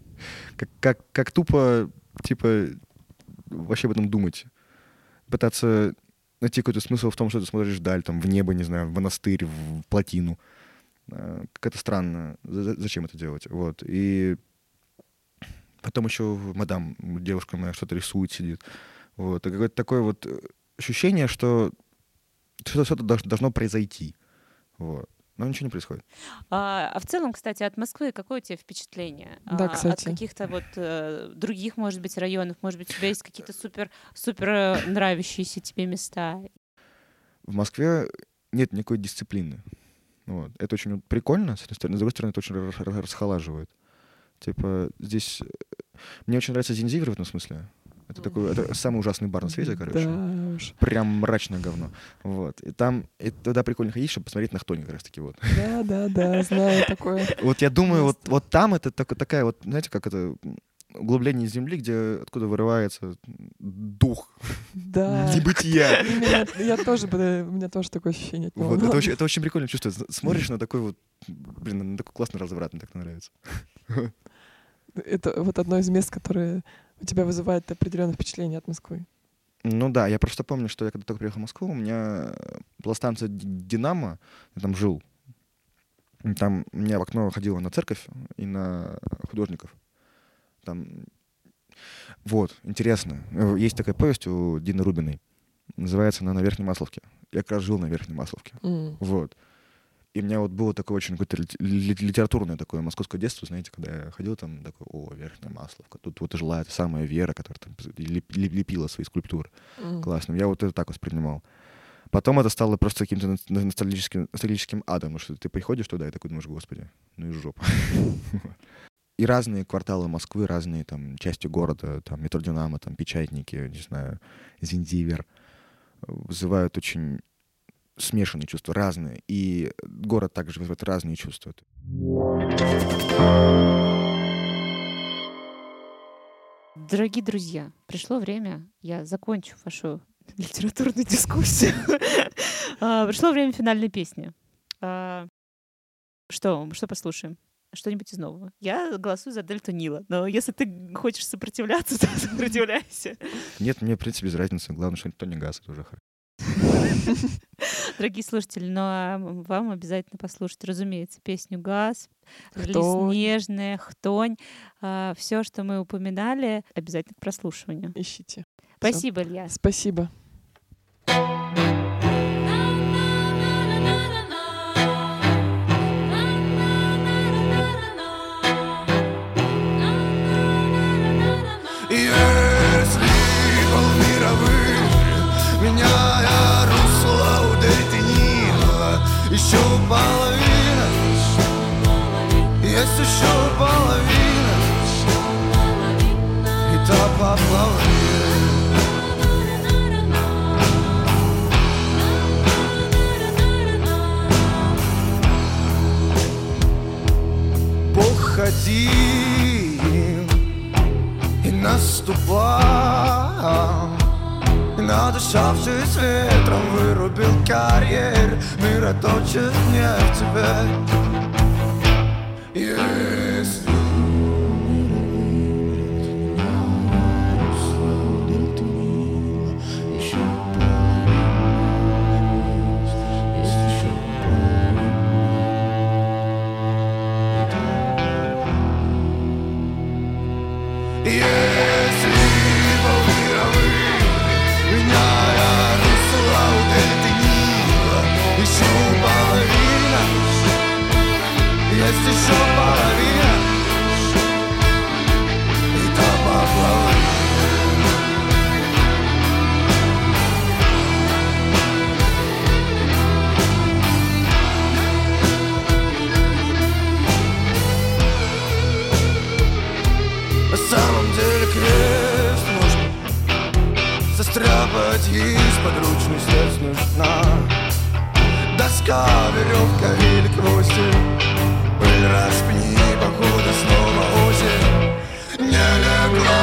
A: Как тупо, типа, вообще об этом думать. Пытаться найти какой-то смысл в том, что ты смотришь вдаль, там, в небо, не знаю, в монастырь, в плотину. Как-то странно. Зачем это делать? Вот. И потом еще мадам, девушка моя, что-то рисует, сидит. Вот. И какое-то такое вот ощущение, что что-то должно произойти. Вот. Но ничего не происходит.
C: А в целом, кстати, от Москвы какое у тебя впечатление?
B: Да, кстати.
C: От каких-то вот других, может быть, районов? Может быть, у тебя есть какие-то супер нравящиеся тебе места?
A: В Москве нет никакой дисциплины. Вот. Это очень прикольно, с одной стороны. С другой стороны, это очень расхолаживает. Типа, здесь... Мне очень нравится Зинзивер в этом смысле. Это самый ужасный бар на свете, короче.
B: Да уж.
A: Прям мрачное говно. Вот. И туда прикольно ходить, чтобы посмотреть на хтонь как раз таки. Вот.
B: Да, знаю такое.
A: Вот я думаю, вот там это такая вот, знаете, как это... углубление земли, где откуда вырывается дух
B: Да.
A: небытия.
B: Именно, у меня тоже такое ощущение. от него.
A: Вот, это очень прикольное чувство. Смотришь на такой вот, блин, на такой классный разврат, мне так нравится.
B: Это вот одно из мест, которое у тебя вызывает определенное впечатление от Москвы.
A: Ну да, я просто помню, что я когда только приехал в Москву, у меня была станция «Динамо», я там жил. И там у меня в окно ходило на церковь и на художников. Там... Вот, интересно. Есть такая повесть у Дины Рубиной. Называется она «На Верхней Масловке». Я как раз жил на Верхней Масловке. Вот. И у меня вот было такое очень какое-то литературное такое московское детство, знаете, когда я ходил там, такой, о, Верхняя Масловка. Тут вот жила эта самая Вера, которая там лепила свои скульптуры. Классно. Я вот это так воспринимал. Потом это стало просто каким-то ностальгическим адом, что ты приходишь туда и такой думаешь, господи, ну и жопа. И разные кварталы Москвы, разные там части города, там метро Динамо, там Печатники, не знаю, Зиндивер, вызывают очень смешанные чувства, разные. И город также вызывает разные чувства.
C: Дорогие друзья, пришло время, я закончу вашу литературную дискуссию. Пришло время финальной песни. Что послушаем? Что-нибудь из нового. Я голосую за Дельту Нила, но если ты хочешь сопротивляться, то сопротивляйся.
A: Нет, мне, в принципе, без разницы. Главное, что никто не газ, это уже хорошо.
C: Дорогие слушатели, но вам обязательно послушать, разумеется, песню «Газ», «Лист нежная», «Хтонь». Все, что мы упоминали, обязательно к прослушиванию.
B: Ищите.
C: Спасибо, Илья.
B: Спасибо.
F: Если полмировых, меняя русло у дельты Нила, еще половина, есть еще половина, и та поплавает. Походи и наступал, и надышавшись ветром вырубил карьер, мироточит не в тебе. Если есть еще половина, и та поплавает. На самом деле крест можно состряпать из подручных средств нужна доска, веревка или гвозди. Пыль распни, покуда снова осень не легла.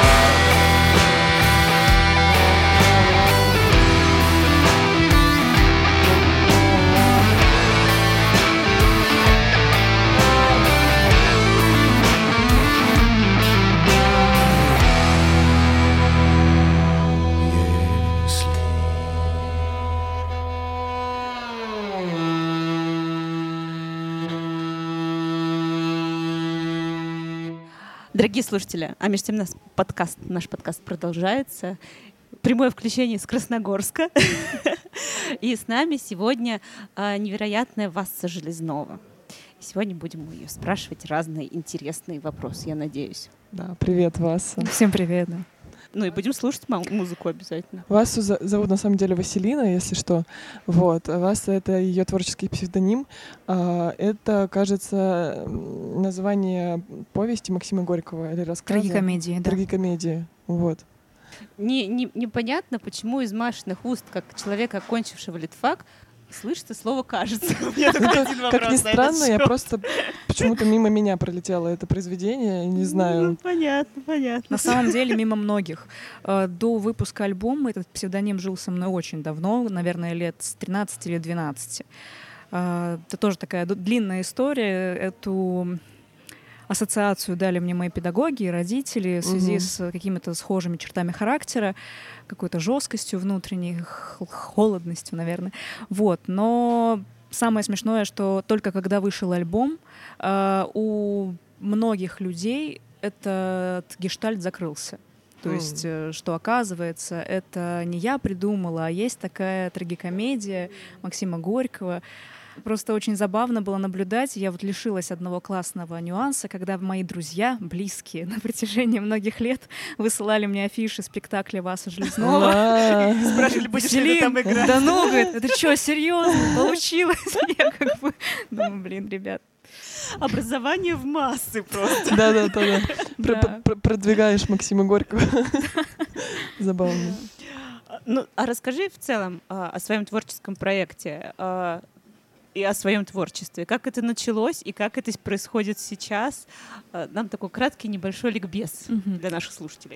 C: Дорогие слушатели, а между тем наш подкаст продолжается. Прямое включение из Красногорска. И с нами сегодня невероятная Васса Железнова. Сегодня будем у нее спрашивать разные интересные вопросы, я надеюсь.
B: Да, привет, Васса.
G: Всем привет. Да.
C: Ну и будем слушать музыку обязательно.
B: Васу зовут на самом деле Василина, если что. Вот. Васа — это ее творческий псевдоним. Это, кажется, название повести Максима Горького или рассказа.
G: Трагикомедии, да.
B: Трагикомедии. Вот.
C: Непонятно, почему из Машиных уст, как человека, окончившего литфак, слышится слово «кажется». У меня только один вопрос.
B: Как ни странно, я просто почему-то мимо меня пролетело это произведение, не знаю.
C: Понятно.
G: На самом деле, мимо многих. До выпуска альбома этот псевдоним жил со мной очень давно, наверное, лет с 13 или 12. Это тоже такая длинная история. Эту ассоциацию дали мне мои педагоги и родители в связи с какими-то схожими чертами характера, какой-то жесткостью внутренней, холодностью, наверное. Вот. Но самое смешное, что только когда вышел альбом, у многих людей этот гештальт закрылся. То есть, что оказывается, это не я придумала, а есть такая трагикомедия Максима Горького. просто очень забавно было наблюдать. Я вот лишилась одного классного нюанса, когда мои друзья, близкие, на протяжении многих лет высылали мне афиши спектакля Васы Железного.
D: Спрашивали, будешь ли ты там играть?
G: Да ну, говорит, это что, серьезно? Получилось? Я как бы думаю, блин, ребят.
D: Образование в массы просто.
B: Да.
G: Да.
B: Продвигаешь Максима Горького. Забавно.
C: Ну, а расскажи в целом о своем творческом проекте и о своем творчестве. Как это началось и как это происходит сейчас? Нам такой краткий небольшой ликбез для наших слушателей.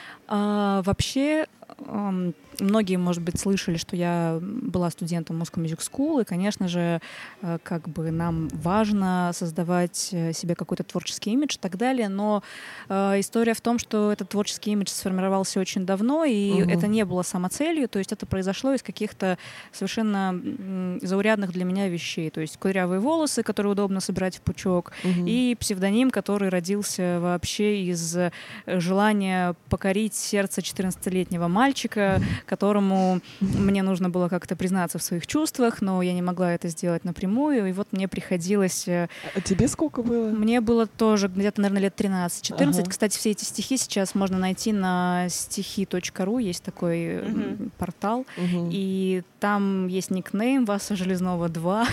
G: Вообще, многие, может быть, слышали, что я была студентом Moscow Music School, и, конечно же, как бы нам важно создавать себе какой-то творческий имидж и так далее, но история в том, что этот творческий имидж сформировался очень давно, и это не было самоцелью, то есть это произошло из каких-то совершенно заурядных для меня вещей, то есть кудрявые волосы, которые удобно собирать в пучок, и псевдоним, который родился вообще из желания покорить сердце 14-летнего мальчика, которому мне нужно было как-то признаться в своих чувствах, но я не могла это сделать напрямую, и вот мне приходилось...
B: А тебе сколько было?
G: Мне было тоже где-то, наверное, лет 13-14.
B: Ага.
G: Кстати, все эти стихи сейчас можно найти на стихи.ру, есть такой портал, и там есть никнейм Васа Железного 2,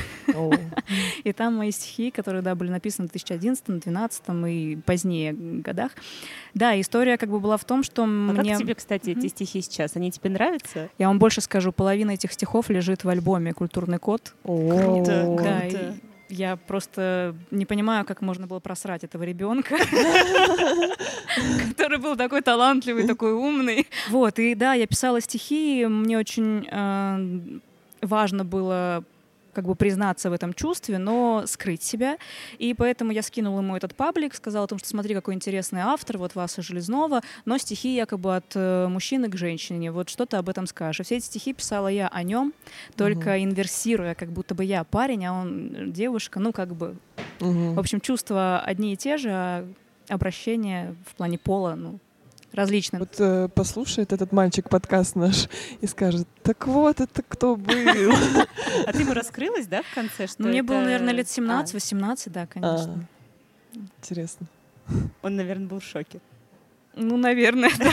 G: и там мои стихи, которые, да, были написаны в 2011, 2012 и позднее годах. Да, история как бы была в том, что мне...
C: Как тебе, кстати, эти стихи сейчас? Они тебе нравятся?
G: Я вам больше скажу, половина этих стихов лежит в альбоме «Культурный код».
C: Круто,
G: Да,
C: круто.
G: и я просто не понимаю, как можно было просрать этого ребенка, который был такой талантливый, такой умный. Вот, и да, я писала стихи, мне очень важно было как бы признаться в этом чувстве, но скрыть себя. И поэтому я скинула ему этот паблик, сказала о том, что смотри, какой интересный автор, вот Васа Железного, но стихи якобы от мужчины к женщине, вот что ты об этом скажешь. И все эти стихи писала я о нем, только инверсируя, как будто бы я парень, а он девушка, ну как бы. В общем, чувства одни и те же, а обращение в плане пола, ну, различные.
B: Вот послушает этот мальчик подкаст наш и скажет, так вот, это кто был?
C: А ты ему раскрылась, да, в конце? Что
G: Мне
C: это...
G: было, наверное, лет 17-18, да, конечно.
B: Интересно.
C: Он, наверное, был в шоке.
G: Ну, наверное, да.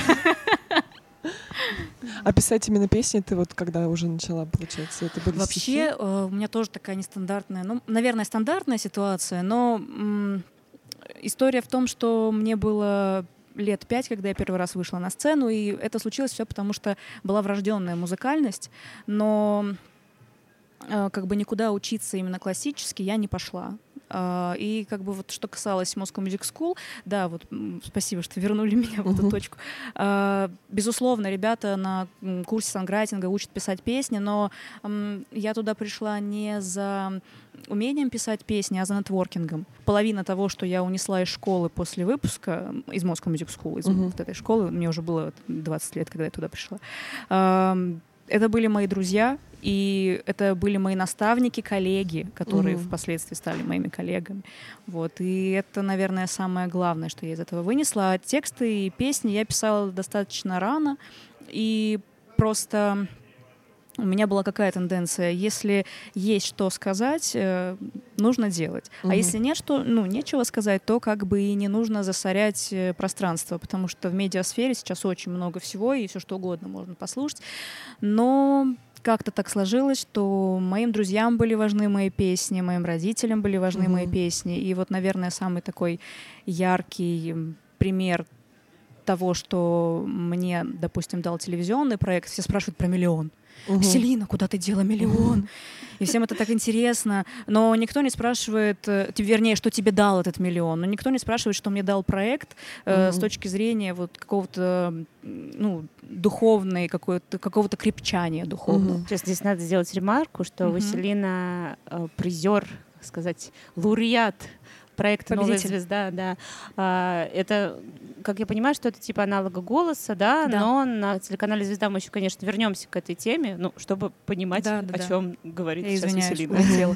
B: А писать именно песни ты вот когда уже начала, получается? Это были стихи?
G: Вообще, у меня тоже такая нестандартная, ну, наверное, стандартная ситуация, но история в том, что мне было лет 5, когда я первый раз вышла на сцену, и это случилось все потому, что была врожденная музыкальность, но как бы никуда учиться именно классически я не пошла. И как бы вот что касалось Moscow Music School, да, вот спасибо, что вернули меня в эту точку. Безусловно, ребята на курсе санграйтинга учат писать песни, но я туда пришла не за умением писать песни, а за нетворкингом. Половина того, что я унесла из школы после выпуска, из Moscow Music School, из вот этой школы, мне уже было 20 лет, когда я туда пришла, это были мои друзья, и это были мои наставники, коллеги, которые впоследствии стали моими коллегами. Вот. И это, наверное, самое главное, что я из этого вынесла. А тексты и песни я писала достаточно рано, и просто у меня была какая тенденция: если есть что сказать, нужно делать. А если нет, что, ну, нечего сказать, то как бы и не нужно засорять пространство, потому что в медиасфере сейчас очень много всего, и все что угодно можно послушать. Но как-то так сложилось, что моим друзьям были важны мои песни, моим родителям были важны мои песни. И вот, наверное, самый такой яркий пример того, что мне, допустим, дал телевизионный проект, все спрашивают про «Миллион». «Селина, куда ты дела «Миллион»?» И всем это так интересно. Но никто не спрашивает, вернее, что тебе дал этот «Миллион». Но никто не спрашивает, что мне дал проект с точки зрения вот какого-то, ну, духовной, какого-то крепчания духовного.
C: Сейчас здесь надо сделать ремарку, что Василина призер, так сказать, лауреат проекта «Новая звезда», да. Это, как я понимаю, что это типа аналога «Голоса», да, но на телеканале «Звезда» мы еще, конечно, вернемся к этой теме, ну, чтобы понимать, о чем говорит сейчас Василина.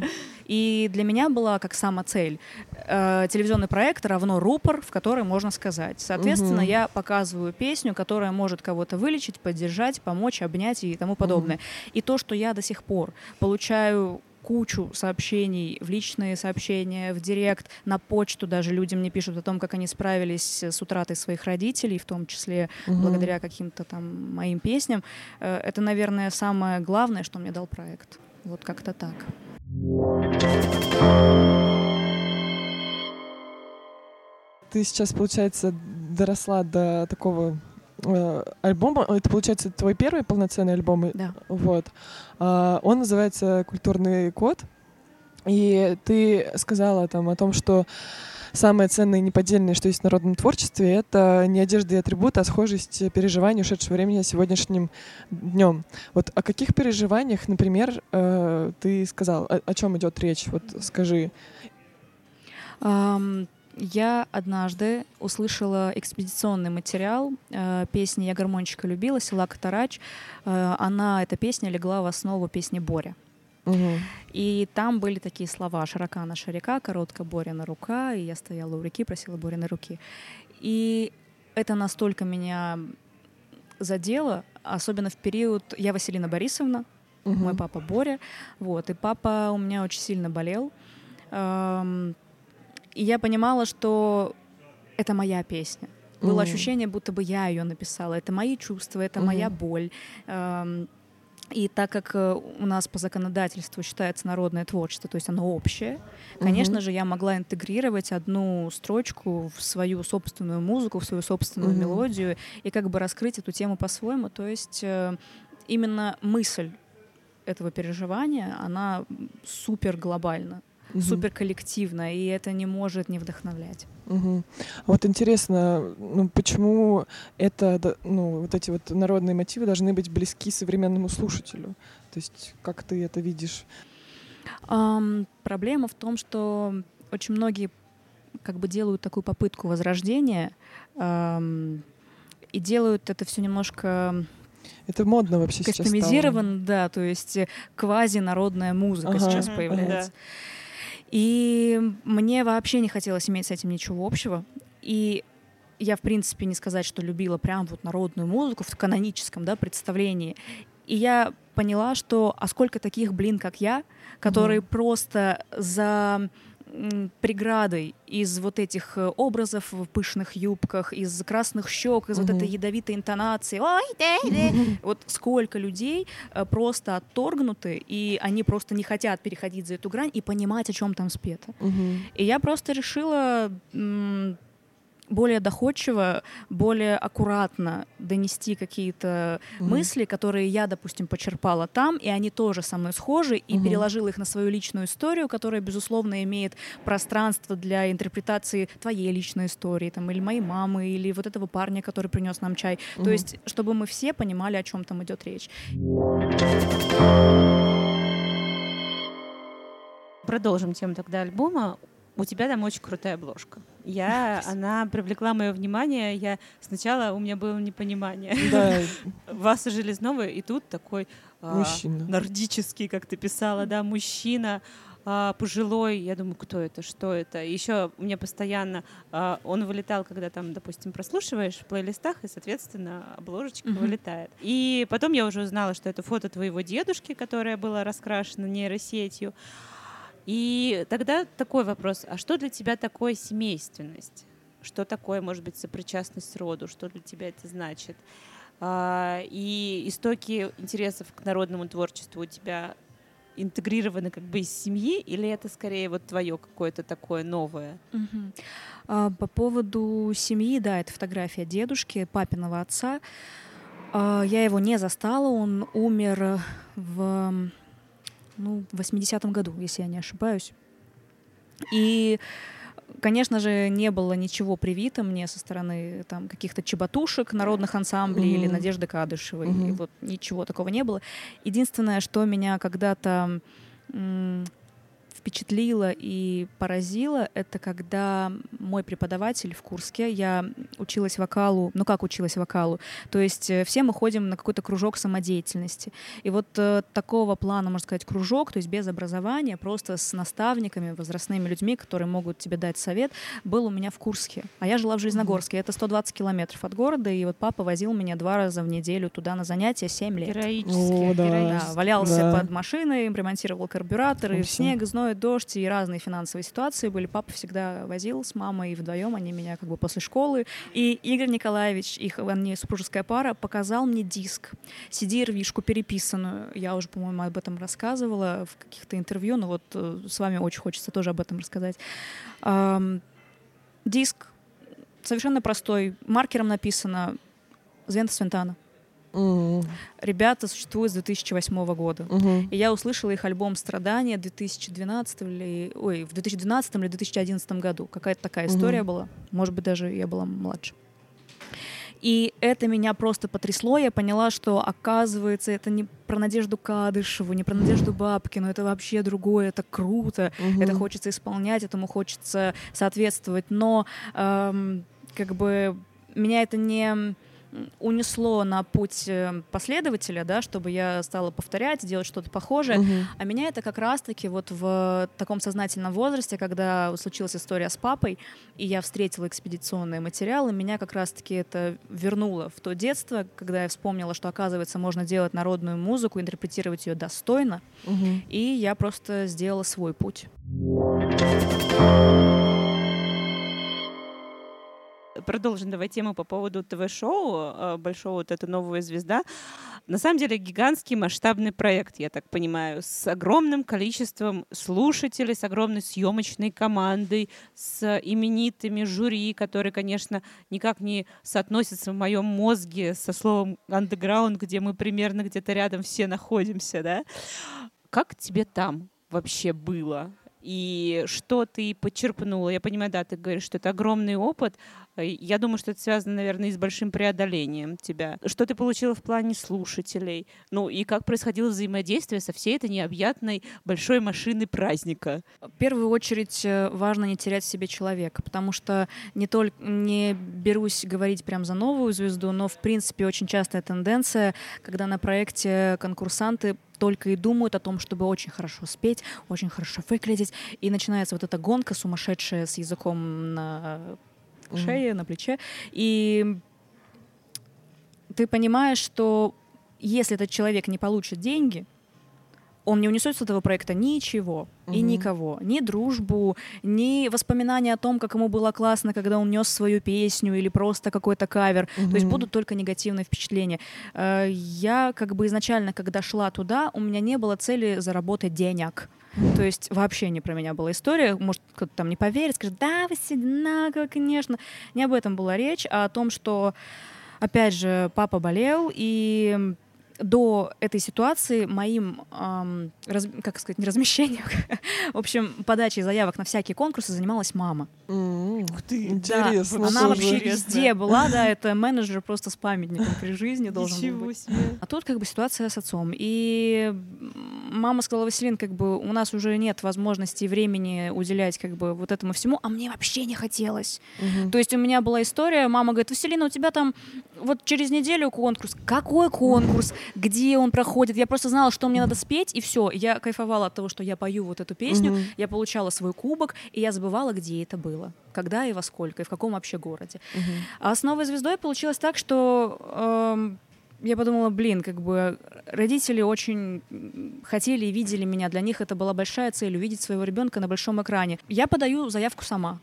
G: И для меня была как самоцель телевизионный проект равно рупор, в который можно сказать. Соответственно, я показываю песню, которая может кого-то вылечить, поддержать, помочь, обнять и тому подобное. И то, что я до сих пор получаю кучу сообщений в личные сообщения, в директ, на почту даже люди мне пишут о том, как они справились с утратой своих родителей, в том числе благодаря каким-то там моим песням. Это, наверное, самое главное, что мне дал проект. Вот как-то так.
B: Ты сейчас, получается, доросла до такого альбома. Это, получается, твой первый полноценный альбом.
G: Да.
B: Вот. Он называется «Культурный код». И ты сказала там о том, что самое ценное и неподдельное, что есть в народном творчестве, это не одежда и атрибуты, а схожесть переживаний ушедшего времени с сегодняшним днем. Вот о каких переживаниях, например, ты сказал? О чем идет речь? Вот скажи.
G: Я однажды услышала экспедиционный материал песни «Я гармончика любила» села Катарач. Эта песня легла в основу песни «Боря». И там были такие слова: «Широка наша река, коротка Борина рука, и я стояла у реки, просила Борины руки». И это настолько меня задело, особенно в период... Я Василина Борисовна, мой папа Боря, вот, и папа у меня очень сильно болел. И я понимала, что это моя песня. Было ощущение, будто бы я ее написала. Это мои чувства, это моя боль. И так как у нас по законодательству считается народное творчество, то есть оно общее, конечно же, я могла интегрировать одну строчку в свою собственную музыку, в свою собственную мелодию и как бы раскрыть эту тему по-своему. То есть именно мысль этого переживания, она супер глобальна, супер коллективна, и это не может не вдохновлять.
B: Вот интересно, почему вот эти вот народные мотивы должны быть близки современному слушателю? То есть как ты это видишь?
G: Проблема в том, что очень многие как бы делают такую попытку возрождения и делают это все немножко...
B: Это модно вообще сейчас стало.
G: Кастомизировано, да, то есть квазинародная музыка сейчас появляется. И мне вообще не хотелось иметь с этим ничего общего. И я, в принципе, не сказать, что любила прям вот народную музыку в каноническом, да, представлении. И я поняла, что сколько таких, как я, которые просто за преградой из вот этих образов в пышных юбках, из красных щек, из вот этой ядовитой интонации. Ой, вот сколько людей просто отторгнуты, и они просто не хотят переходить за эту грань и понимать, о чем там спето. И я просто решила более доходчиво, более аккуратно донести какие-то мысли, которые я, допустим, почерпала там, и они тоже со мной схожи, и переложила их на свою личную историю, которая, безусловно, имеет пространство для интерпретации твоей личной истории, там, или моей мамы, или вот этого парня, который принес нам чай. То есть, чтобы мы все понимали, о чем там идет речь.
C: Продолжим тему тогда альбома. У тебя там очень крутая обложка. Она привлекла мое внимание. Сначала у меня было непонимание.
B: Да.
C: Васа Железного, и тут такой
B: мужчина.
C: Нордический, как ты писала, да, мужчина, пожилой. Я думаю, кто это, что это? Еще у меня постоянно он вылетал, когда там, допустим, прослушиваешь в плейлистах, и, соответственно, обложечка вылетает. И потом я уже узнала, что это фото твоего дедушки, которое было раскрашено нейросетью. И тогда такой вопрос: а что для тебя такое семейственность? Что такое, может быть, сопричастность роду? Что для тебя это значит? И истоки интересов к народному творчеству у тебя интегрированы как бы из семьи, или это скорее вот твое какое-то такое новое?
G: По поводу семьи, да, это фотография дедушки, папиного отца. Я его не застала, он умер в 80-м году, если я не ошибаюсь. И, конечно же, не было ничего привито мне со стороны там каких-то чеботушек, народных ансамблей или Надежды Кадышевой. И вот ничего такого не было. Единственное, что меня когда-то впечатлило и поразило, это когда мой преподаватель в Курске, я училась вокалу, училась вокалу, то есть все мы ходим на какой-то кружок самодеятельности. И вот такого плана, можно сказать, кружок, то есть без образования, просто с наставниками, возрастными людьми, которые могут тебе дать совет, был у меня в Курске. А я жила в Железногорске, это 120 километров от города, и вот папа возил меня 2 раза в неделю туда на занятия 7 лет.
C: Героически.
B: Да.
G: Да, валялся под машиной, ремонтировал карбюратор, и в снег, зной, дождь, и разные финансовые ситуации были. Папа всегда возил с мамой, и вдвоем они меня как бы после школы. И Игорь Николаевич, они супружеская пара, показал мне диск, CD-рвишку переписанную. Я уже, по-моему, об этом рассказывала в каких-то интервью, но вот с вами очень хочется тоже об этом рассказать. Диск совершенно простой, маркером написано «Звента Свентана». Ребята существуют с 2008 года. И я услышала их альбом «Страдания» в 2012 или 2011 году. Какая-то такая история была. Может быть, даже я была младше. И это меня просто потрясло. Я поняла, что, оказывается, это не про Надежду Кадышеву, не про Надежду Бабкину. Это вообще другое, это круто. Это хочется исполнять, этому хочется соответствовать. Но как бы меня это не унесло на путь последователя, да, чтобы я стала повторять, делать что-то похожее. А меня это как раз-таки вот в таком сознательном возрасте, когда случилась история с папой, и я встретила экспедиционные материалы, меня как раз-таки это вернуло в то детство, когда я вспомнила, что, оказывается, можно делать народную музыку, интерпретировать ее достойно, и я просто сделала свой путь.
C: Продолжим давай тему по поводу ТВ-шоу большого, вот это «Новая звезда». На самом деле гигантский масштабный проект, я так понимаю, с огромным количеством слушателей, с огромной съемочной командой, с именитыми жюри, которые, конечно, никак не соотносятся в моем мозге со словом «андеграунд», где мы примерно где-то рядом все находимся, да? Как тебе там вообще было? И что ты почерпнула? Я понимаю, да, ты говоришь, что это огромный опыт. Я думаю, что это связано, наверное, и с большим преодолением тебя. Что ты получила в плане слушателей? Ну и как происходило взаимодействие со всей этой необъятной большой машиной праздника?
G: В первую очередь важно не терять в себе человека, потому что не берусь говорить прям за новую звезду, но в принципе очень частая тенденция, когда на проекте конкурсанты только и думают о том, чтобы очень хорошо спеть, очень хорошо выглядеть. И начинается вот эта гонка сумасшедшая с языком на шее, на плече. И ты понимаешь, что если этот человек не получит деньги, он не унесет с этого проекта ничего и никого. Ни дружбу, ни воспоминания о том, как ему было классно, когда он нес свою песню или просто какой-то кавер. То есть будут только негативные впечатления. Я как бы изначально, когда шла туда, у меня не было цели заработать денег. То есть вообще не про меня была история. Может, кто-то там не поверит, скажет, да, вы одинаково, конечно. Не об этом была речь, а о том, что, опять же, папа болел, и до этой ситуации моим, размещением, в общем, подачей заявок на всякие конкурсы занималась мама.
B: Ух ты, интересно.
G: Да, она вообще везде была, да, это менеджер просто с памятником при жизни должен был быть. А тут как бы ситуация с отцом. И мама сказала: Василин, как бы у нас уже нет возможности и времени уделять как бы вот этому всему, а мне вообще не хотелось. То есть у меня была история, мама говорит: Василина, у тебя там вот через неделю конкурс. Какой конкурс? Где он проходит? Я просто знала, что мне надо спеть, и все. Я кайфовала от того, что я пою вот эту песню, я получала свой кубок, и я забывала, где это было, когда и во сколько, и в каком вообще городе. А с «Новой звездой» получилось так, что я подумала, как бы родители очень хотели и видели меня, для них это была большая цель — увидеть своего ребенка на большом экране. Я подаю заявку сама.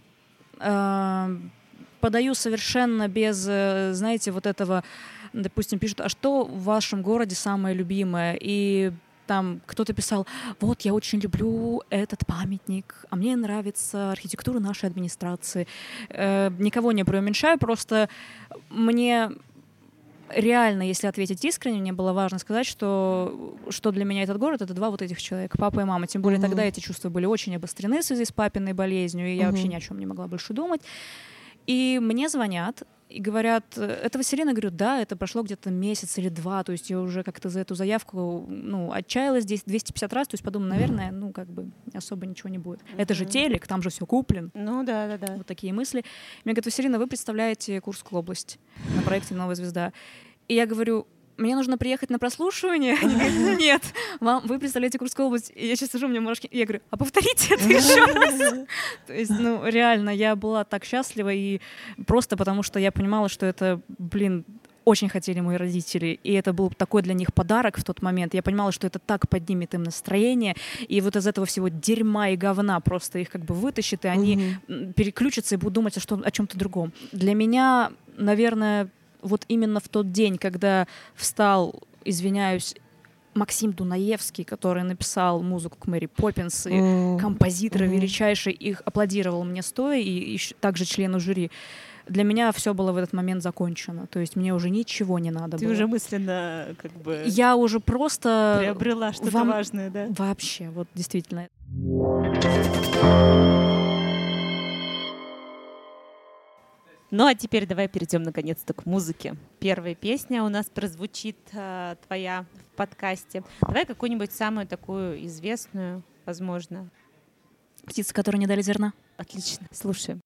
G: Подаю совершенно без, знаете, вот этого, допустим, пишут: а что в вашем городе самое любимое? И там кто-то писал: вот, я очень люблю этот памятник, а мне нравится архитектура нашей администрации. Никого не преуменьшаю, просто мне реально, если ответить искренне, мне было важно сказать, что для меня этот город — это два вот этих человека, папа и мама. Тем более тогда эти чувства были очень обострены в связи с папиной болезнью, и я вообще ни о чем не могла больше думать. И мне звонят и говорят, это Василина? Говорю, да, это прошло где-то месяц или 2, то есть я уже как-то за эту заявку, отчаялась здесь 250 раз, то есть подумала, наверное, особо ничего не будет. Это же телек, там же все куплен.
C: Ну да.
G: Вот такие мысли. Мне говорят, Василина, вы представляете Курскую область на проекте «Новая звезда». И я говорю, мне нужно приехать на прослушивание? Они говорят, нет, вы представляете Курскую область. И я сейчас сижу, у меня мурашки. И я говорю, а повторите это еще раз. То есть, реально, я была так счастлива, и просто потому что я понимала, что это, очень хотели мои родители, и это был такой для них подарок в тот момент. Я понимала, что это так поднимет им настроение, и вот из этого всего дерьма и говна просто их вытащит, и они переключатся и будут думать о чем-то другом. Для меня, наверное, вот именно в тот день, когда встал, извиняюсь, Максим Дунаевский, который написал музыку к Мэри Поппинс, и композитор величайший, их аплодировал мне стоя, и также члену жюри. Для меня все было в этот момент закончено. То есть мне уже ничего не надо было.
C: Ты уже мысленно
G: Я уже просто...
C: приобрела что-то важное, да?
G: Вообще, вот действительно.
C: Ну а теперь давай перейдем наконец-то к музыке. Первая песня у нас прозвучит твоя в подкасте. Давай какую-нибудь самую такую известную, возможно.
G: «Птицы, которые не дали зерна».
C: Отлично, слушаем.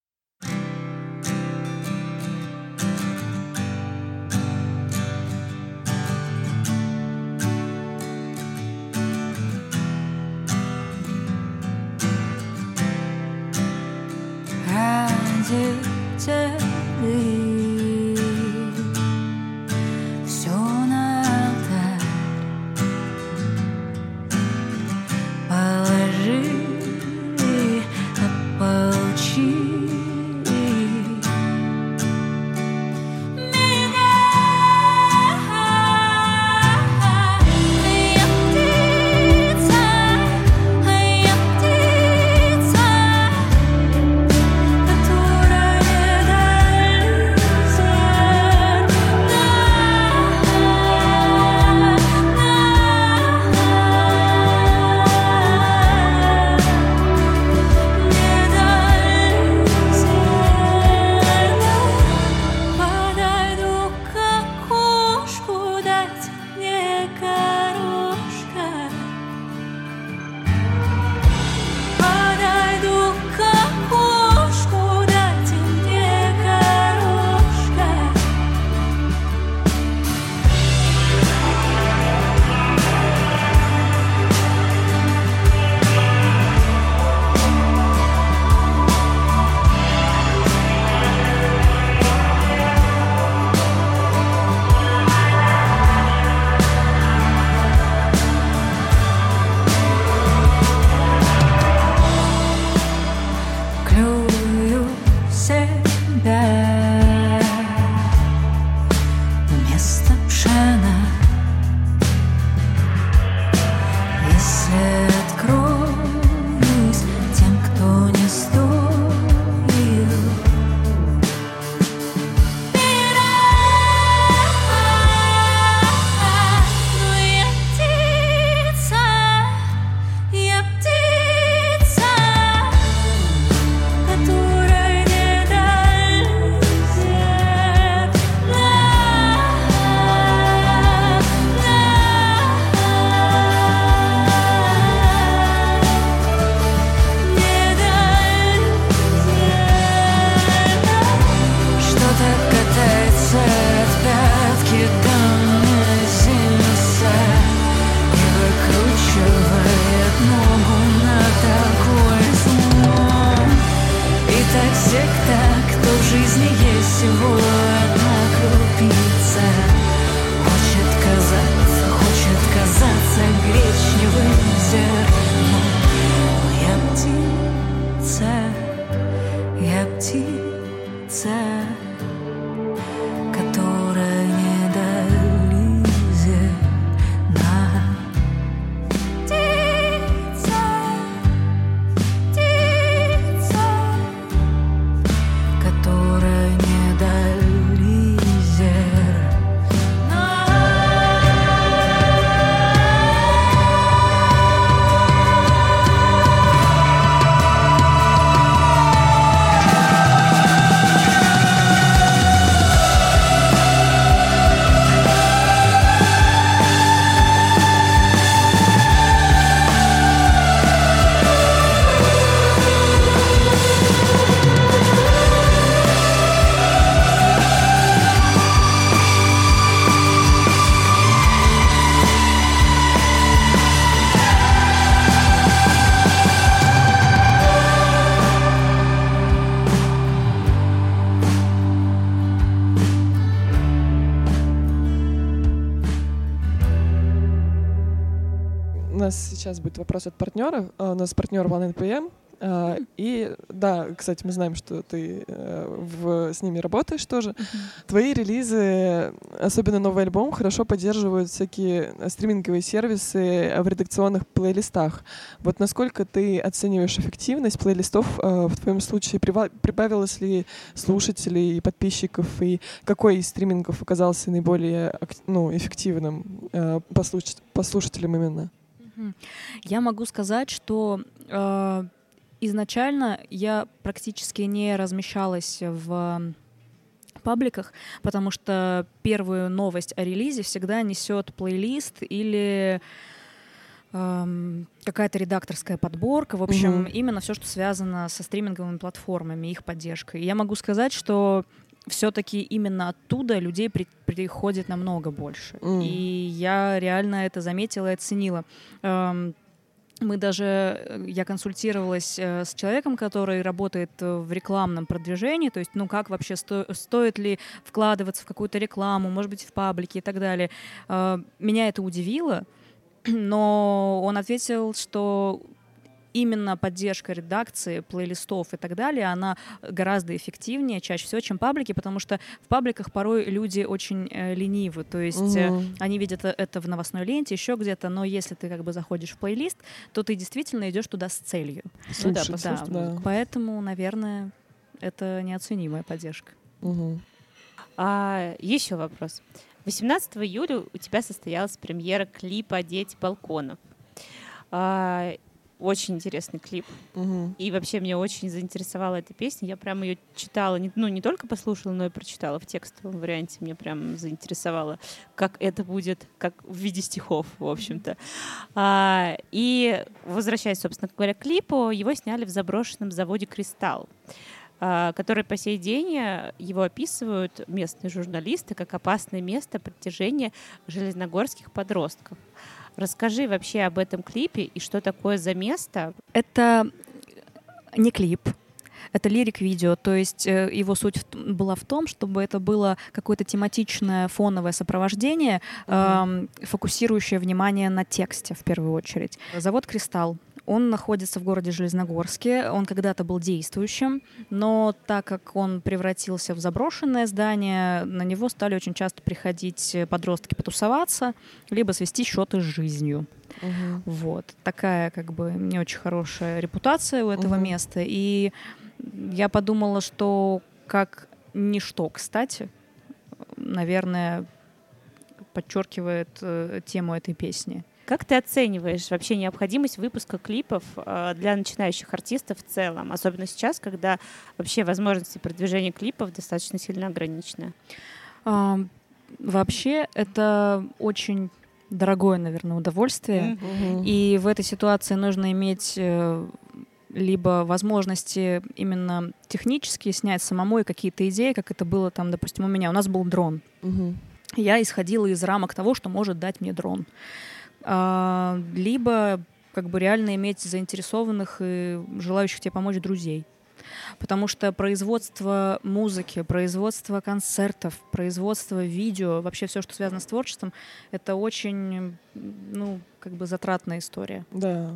H: Все на алтарь положили, ополчили.
B: нас сейчас будет вопрос от партнера. У нас партнер OneNPM. И да, кстати, мы знаем, что ты с ними работаешь тоже. Твои релизы, особенно новый альбом, хорошо поддерживают всякие стриминговые сервисы в редакционных плейлистах. Вот насколько ты оцениваешь эффективность плейлистов в твоем случае? Прибавилось ли слушателей и подписчиков? И какой из стримингов оказался наиболее эффективным по слушателям именно?
G: Я могу сказать, что изначально я практически не размещалась в пабликах, потому что первую новость о релизе всегда несет плейлист или какая-то редакторская подборка. В общем, именно все, что связано со стриминговыми платформами, их поддержкой. И я могу сказать, что все-таки именно оттуда людей приходит намного больше. И я реально это заметила и оценила. Я консультировалась с человеком, который работает в рекламном продвижении, то есть, как вообще стоит ли вкладываться в какую-то рекламу, может быть, в паблики и так далее. Меня это удивило, но он ответил, что именно поддержка редакции, плейлистов и так далее, она гораздо эффективнее чаще всего, чем паблики, потому что в пабликах порой люди очень ленивы, то есть они видят это в новостной ленте, еще где-то, но если ты как бы заходишь в плейлист, то ты действительно идешь туда с целью. Поэтому, наверное, это неоценимая поддержка.
C: Еще вопрос. 18 июля у тебя состоялась премьера клипа «Дети балконов». Очень интересный клип. И вообще меня очень заинтересовала эта песня. Я прям ее читала, не только послушала, но и прочитала в текстовом варианте. Мне прям заинтересовало, как это будет, как в виде стихов, в общем-то. И возвращаясь, собственно говоря, к клипу, его сняли в заброшенном заводе «Кристалл», который по сей день его описывают местные журналисты как опасное место притяжения железногорских подростков. Расскажи вообще об этом клипе и что такое за место.
G: Это не клип, это лирик-видео, то есть его суть была в том, чтобы это было какое-то тематичное фоновое сопровождение, фокусирующее внимание на тексте в первую очередь. Завод «Кристалл». Он находится в городе Железногорске, он когда-то был действующим, но так как он превратился в заброшенное здание, на него стали очень часто приходить подростки потусоваться, либо свести счеты с жизнью. Вот. Такая как бы не очень хорошая репутация у этого места. И я подумала, что как ничто, кстати, наверное, подчеркивает тему этой песни.
C: Как ты оцениваешь вообще необходимость выпуска клипов для начинающих артистов в целом, особенно сейчас, когда вообще возможности продвижения клипов достаточно сильно ограничены?
G: Вообще это очень дорогое, наверное, удовольствие. И в этой ситуации нужно иметь либо возможности именно технически снять самому и какие-то идеи, как это было там, допустим, у меня. У нас был дрон. Я исходила из рамок того, что может дать мне дрон. Либо как бы реально иметь заинтересованных и желающих тебе помочь друзей. Потому что производство музыки, производство концертов, производство видео, вообще все, что связано с творчеством, это очень, как бы затратная история.
B: Да.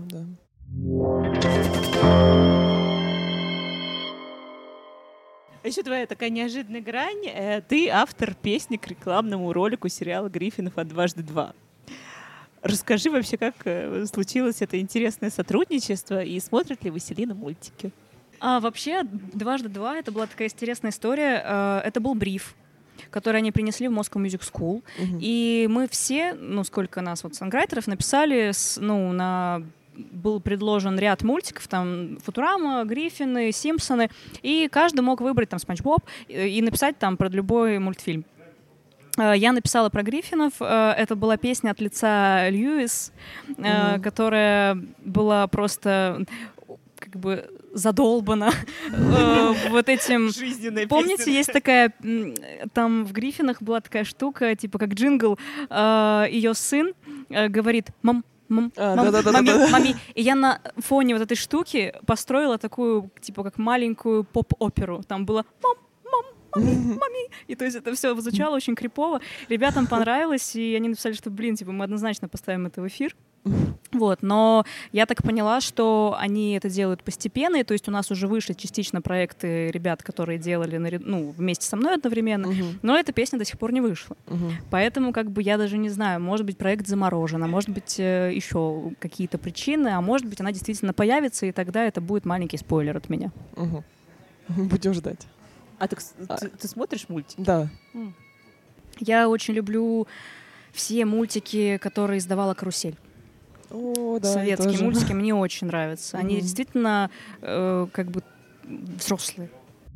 C: Еще твоя такая неожиданная грань. Ты автор песни к рекламному ролику сериала «Гриффинов» от «Дважды два». Расскажи вообще, как случилось это интересное сотрудничество и смотрят ли Василина мультики?
G: Вообще, «Дважды два» — это была такая интересная история. Это был бриф, который они принесли в Moscow Music School. И мы все, сколько нас сонграйтеров, написали, был предложен ряд мультиков, там «Футурама», «Гриффины», «Симпсоны», и каждый мог выбрать там «Спанч Боб» и написать там про любой мультфильм. Я написала про Гриффинов. Это была песня от лица Льюис, которая была просто как бы задолбана вот этим...
C: Жизненная
G: Помните,
C: песня.
G: есть такая... Там в Гриффинах была такая штука, типа как джингл. Ее сын говорит «Мам, мами». И я на фоне вот этой штуки построила такую, типа, как маленькую поп-оперу. Там было «Мами». И то есть это все звучало очень крипово. Ребятам понравилось, и они написали, что, мы однозначно поставим это в эфир. Вот, но я так поняла, что они это делают постепенно, и то есть у нас уже вышли частично проекты ребят, которые делали вместе со мной одновременно, но эта песня до сих пор не вышла. Поэтому как бы я даже не знаю, может быть, проект заморожен, а может быть, еще какие-то причины, а может быть, она действительно появится, и тогда это будет маленький спойлер от меня.
B: Будем ждать.
C: А ты смотришь мультики?
B: Да.
G: Я очень люблю все мультики, которые издавала «Карусель».
B: О, да,
G: советские мультики мне очень нравятся. Они действительно как бы взрослые.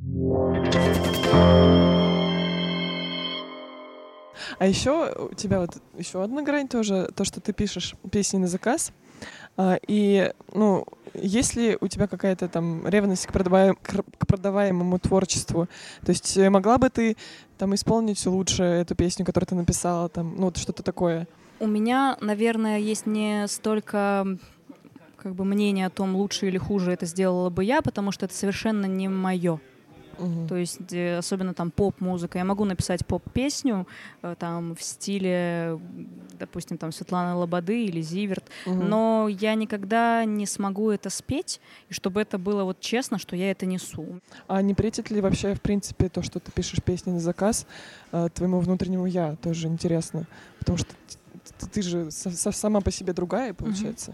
B: А еще у тебя вот еще одна грань тоже, то, что ты пишешь песни на заказ. И, есть ли у тебя какая-то там ревность к продаваемому творчеству? То есть могла бы ты там исполнить лучше эту песню, которую ты написала, там, вот что-то такое?
G: У меня, наверное, есть не столько как бы мнение о том, лучше или хуже это сделала бы я, потому что это совершенно не мое. То есть особенно там поп-музыка. Я могу написать поп-песню там в стиле, допустим, там Светланы Лободы или Зиверт, но я никогда не смогу это спеть, и чтобы это было вот честно, что я это несу.
B: А не претит ли вообще, в принципе, то, что ты пишешь песни на заказ, твоему внутреннему «я»? Тоже интересно. Потому что ты же сама по себе другая, получается.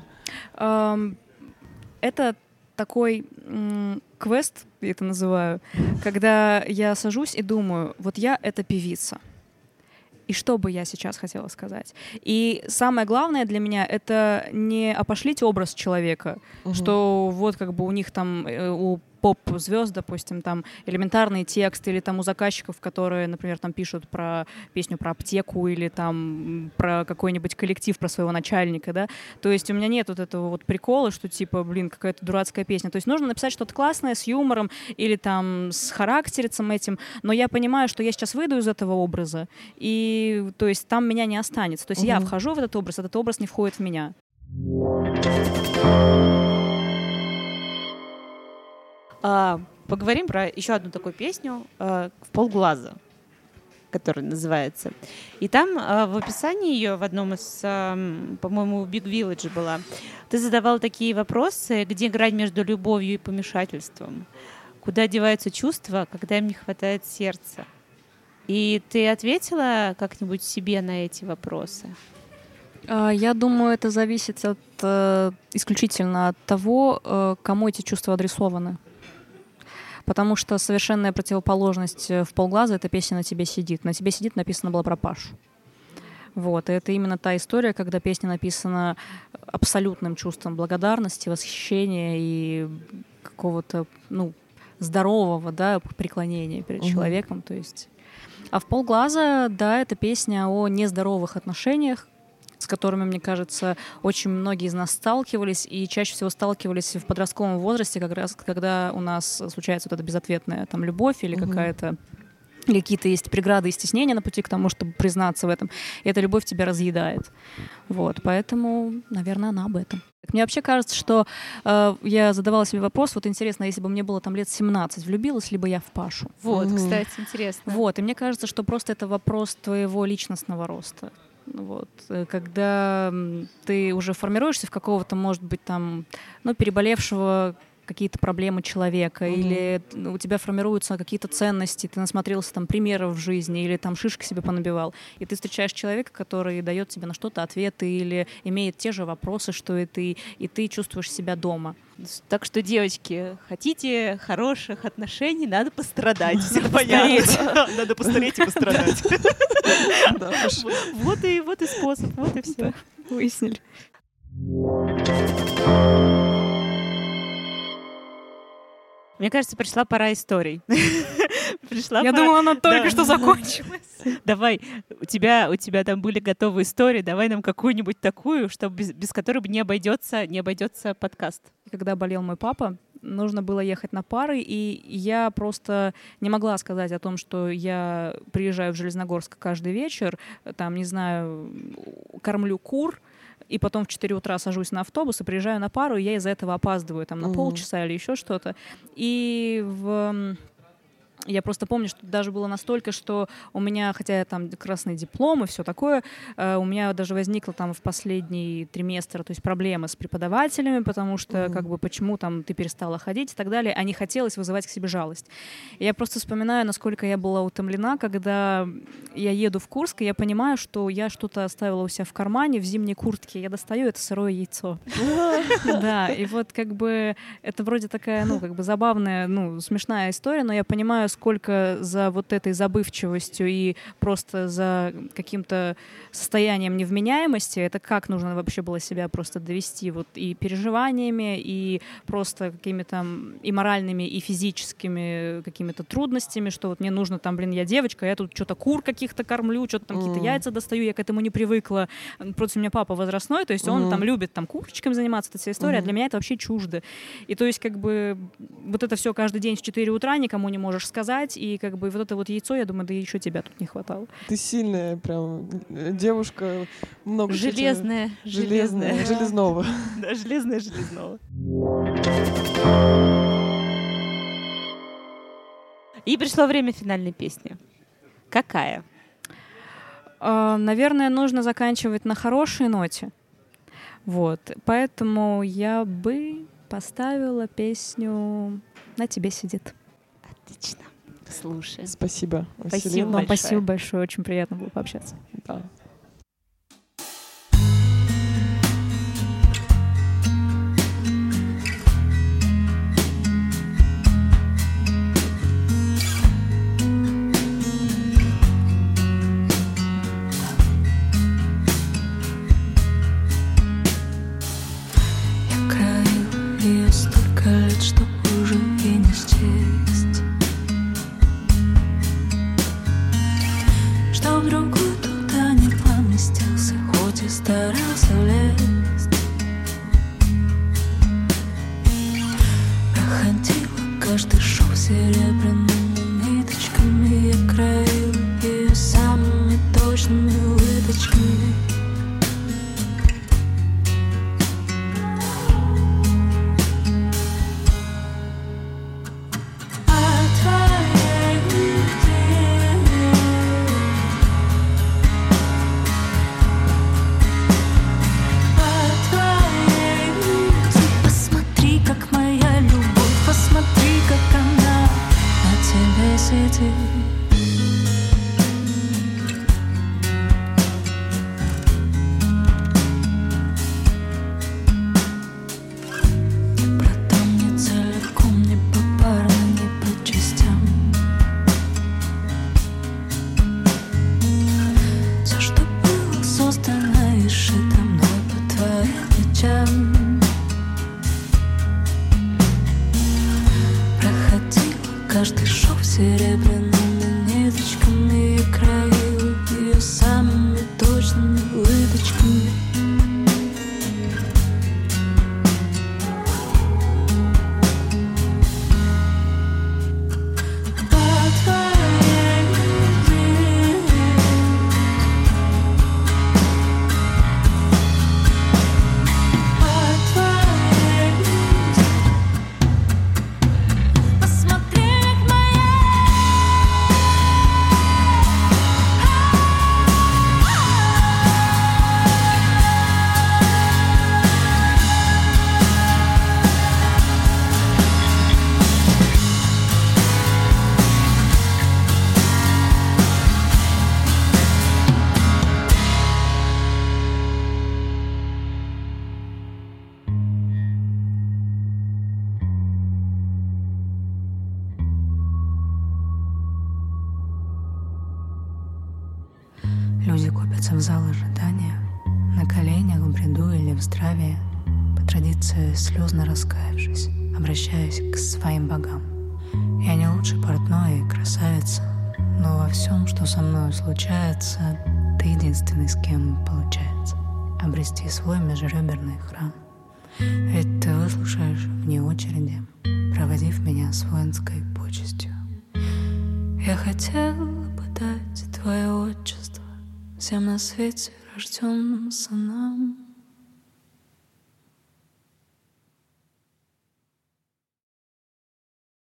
G: Это такой квест, я это называю, когда я сажусь и думаю, вот я — это певица. И что бы я сейчас хотела сказать? И самое главное для меня — это не опошлить образ человека, что вот как бы у них там, у поп-звезд, допустим, там элементарные тексты, или там у заказчиков, которые, например, там пишут про песню про аптеку или там про какой-нибудь коллектив, про своего начальника, да. То есть у меня нет вот этого вот прикола, что типа, какая-то дурацкая песня. То есть нужно написать что-то классное, с юмором или там с характерицем этим, но я понимаю, что я сейчас выйду из этого образа, и то есть там меня не останется. То есть я вхожу в этот образ не входит в меня.
C: Поговорим про еще одну такую песню «В полглаза», которая называется. И там в описании ее в одном из, по-моему, Big Village была, ты задавал такие вопросы, где грань между любовью и помешательством, куда деваются чувства, когда им не хватает сердца. И ты ответила как-нибудь себе на эти вопросы?
G: Я думаю, это зависит исключительно от того, кому эти чувства адресованы. Потому что совершенная противоположность «В полглаза» — эта песня «На тебе сидит». «На тебе сидит» написано было про Пашу. Вот. И это именно та история, когда песня написана абсолютным чувством благодарности, восхищения и какого-то, здорового, да, преклонения перед человеком. То есть. А «В полглаза», да, это песня о нездоровых отношениях, с которыми, мне кажется, очень многие из нас сталкивались, и чаще всего сталкивались в подростковом возрасте, как раз когда у нас случается вот эта безответная там любовь или какая-то, или какие-то есть преграды и стеснения на пути к тому, чтобы признаться в этом, и эта любовь тебя разъедает. Вот, поэтому, наверное, она об этом. Мне вообще кажется, что я задавала себе вопрос, вот интересно, если бы мне было там лет 17, влюбилась ли бы я в Пашу?
C: Вот, кстати, интересно.
G: Вот, и мне кажется, что просто это вопрос твоего личностного роста. Вот. Когда ты уже формируешься в какого-то, может быть, там, переболевшего какие-то проблемы человека, или у тебя формируются какие-то ценности, ты насмотрелся там примеров в жизни, или там шишки себе понабивал, и ты встречаешь человека, который дает тебе на что-то ответы, или имеет те же вопросы, что и ты чувствуешь себя дома.
C: Так что, девочки, хотите хороших отношений, надо пострадать. Все понятно.
D: Надо постареть и пострадать.
C: Вот и способ, вот и все.
G: Выяснили.
C: Мне кажется, пришла пора историй.
G: Я думала, она только что закончилась.
C: Давай, у тебя там были готовые истории, давай нам какую-нибудь такую, чтобы без которой не обойдется подкаст.
G: Когда болел мой папа, нужно было ехать на пары, и я просто не могла сказать о том, что я приезжаю в Железногорск каждый вечер, там, не знаю, кормлю кур, и потом в 4 утра сажусь на автобус и приезжаю на пару, и я из-за этого опаздываю там, на полчаса или еще что-то. И Я просто помню, что даже было настолько, что у меня, хотя я там красный диплом и все такое, у меня даже возникло там в последний триместр, то есть проблемы с преподавателями, потому что как бы почему там ты перестала ходить и так далее, а не хотелось вызывать к себе жалость. И я просто вспоминаю, насколько я была утомлена, когда я еду в Курск, и я понимаю, что я что-то оставила у себя в кармане в зимней куртке, я достаю это сырое яйцо. Да, и вот как бы это вроде такая, ну, как бы забавная, ну, смешная история, но я понимаю, сколько за вот этой забывчивостью и просто за каким-то состоянием невменяемости, это как нужно вообще было себя просто довести вот и переживаниями, и просто какими-то и моральными, и физическими какими-то трудностями, что вот мне нужно там, блин, я девочка, я тут что-то кур каких-то кормлю, что-то там какие-то яйца достаю, я к этому не привыкла. Просто у меня папа возрастной, то есть он там любит там курочками заниматься, эта вся история, а для меня это вообще чуждо. И то есть как бы вот это все каждый день в 4 утра никому не можешь сказать, и как бы вот это вот яйцо, я думаю, да еще тебя тут не хватало.
B: Ты сильная прям девушка, много
C: Железная.
B: железного.
D: Да, железная.
C: И пришло время финальной песни. Какая?
G: Наверное, нужно заканчивать на хорошей ноте. Вот. Поэтому я бы поставила песню «На тебе сидит».
C: Отлично. Слушай.
B: Спасибо.
C: Спасибо
G: Вам спасибо большое. Очень приятно было пообщаться.
B: Да.
H: Ее столько лет, что уже и не счесть, что в другую туда не поместился, хоть и старался влезть. Проходила каждый шов серебряными ниточками, я краила ее самыми точными улыбочками. Каждый шов серебряными ниточками, я краила ее самыми точными улыбочками. Люди копятся в зал ожидания, на коленях в бреду или в здравии, по традиции слезно раскаявшись, обращаясь к своим богам. Я не лучше портной и красавица, но во всем, что со мной случается, ты единственный, с кем получается обрести свой межреберный храм. Ведь ты выслушаешь вне очереди, проводив меня с воинской почестью. Я хотела бы дать твое отчество всем на свете рожденным сынам.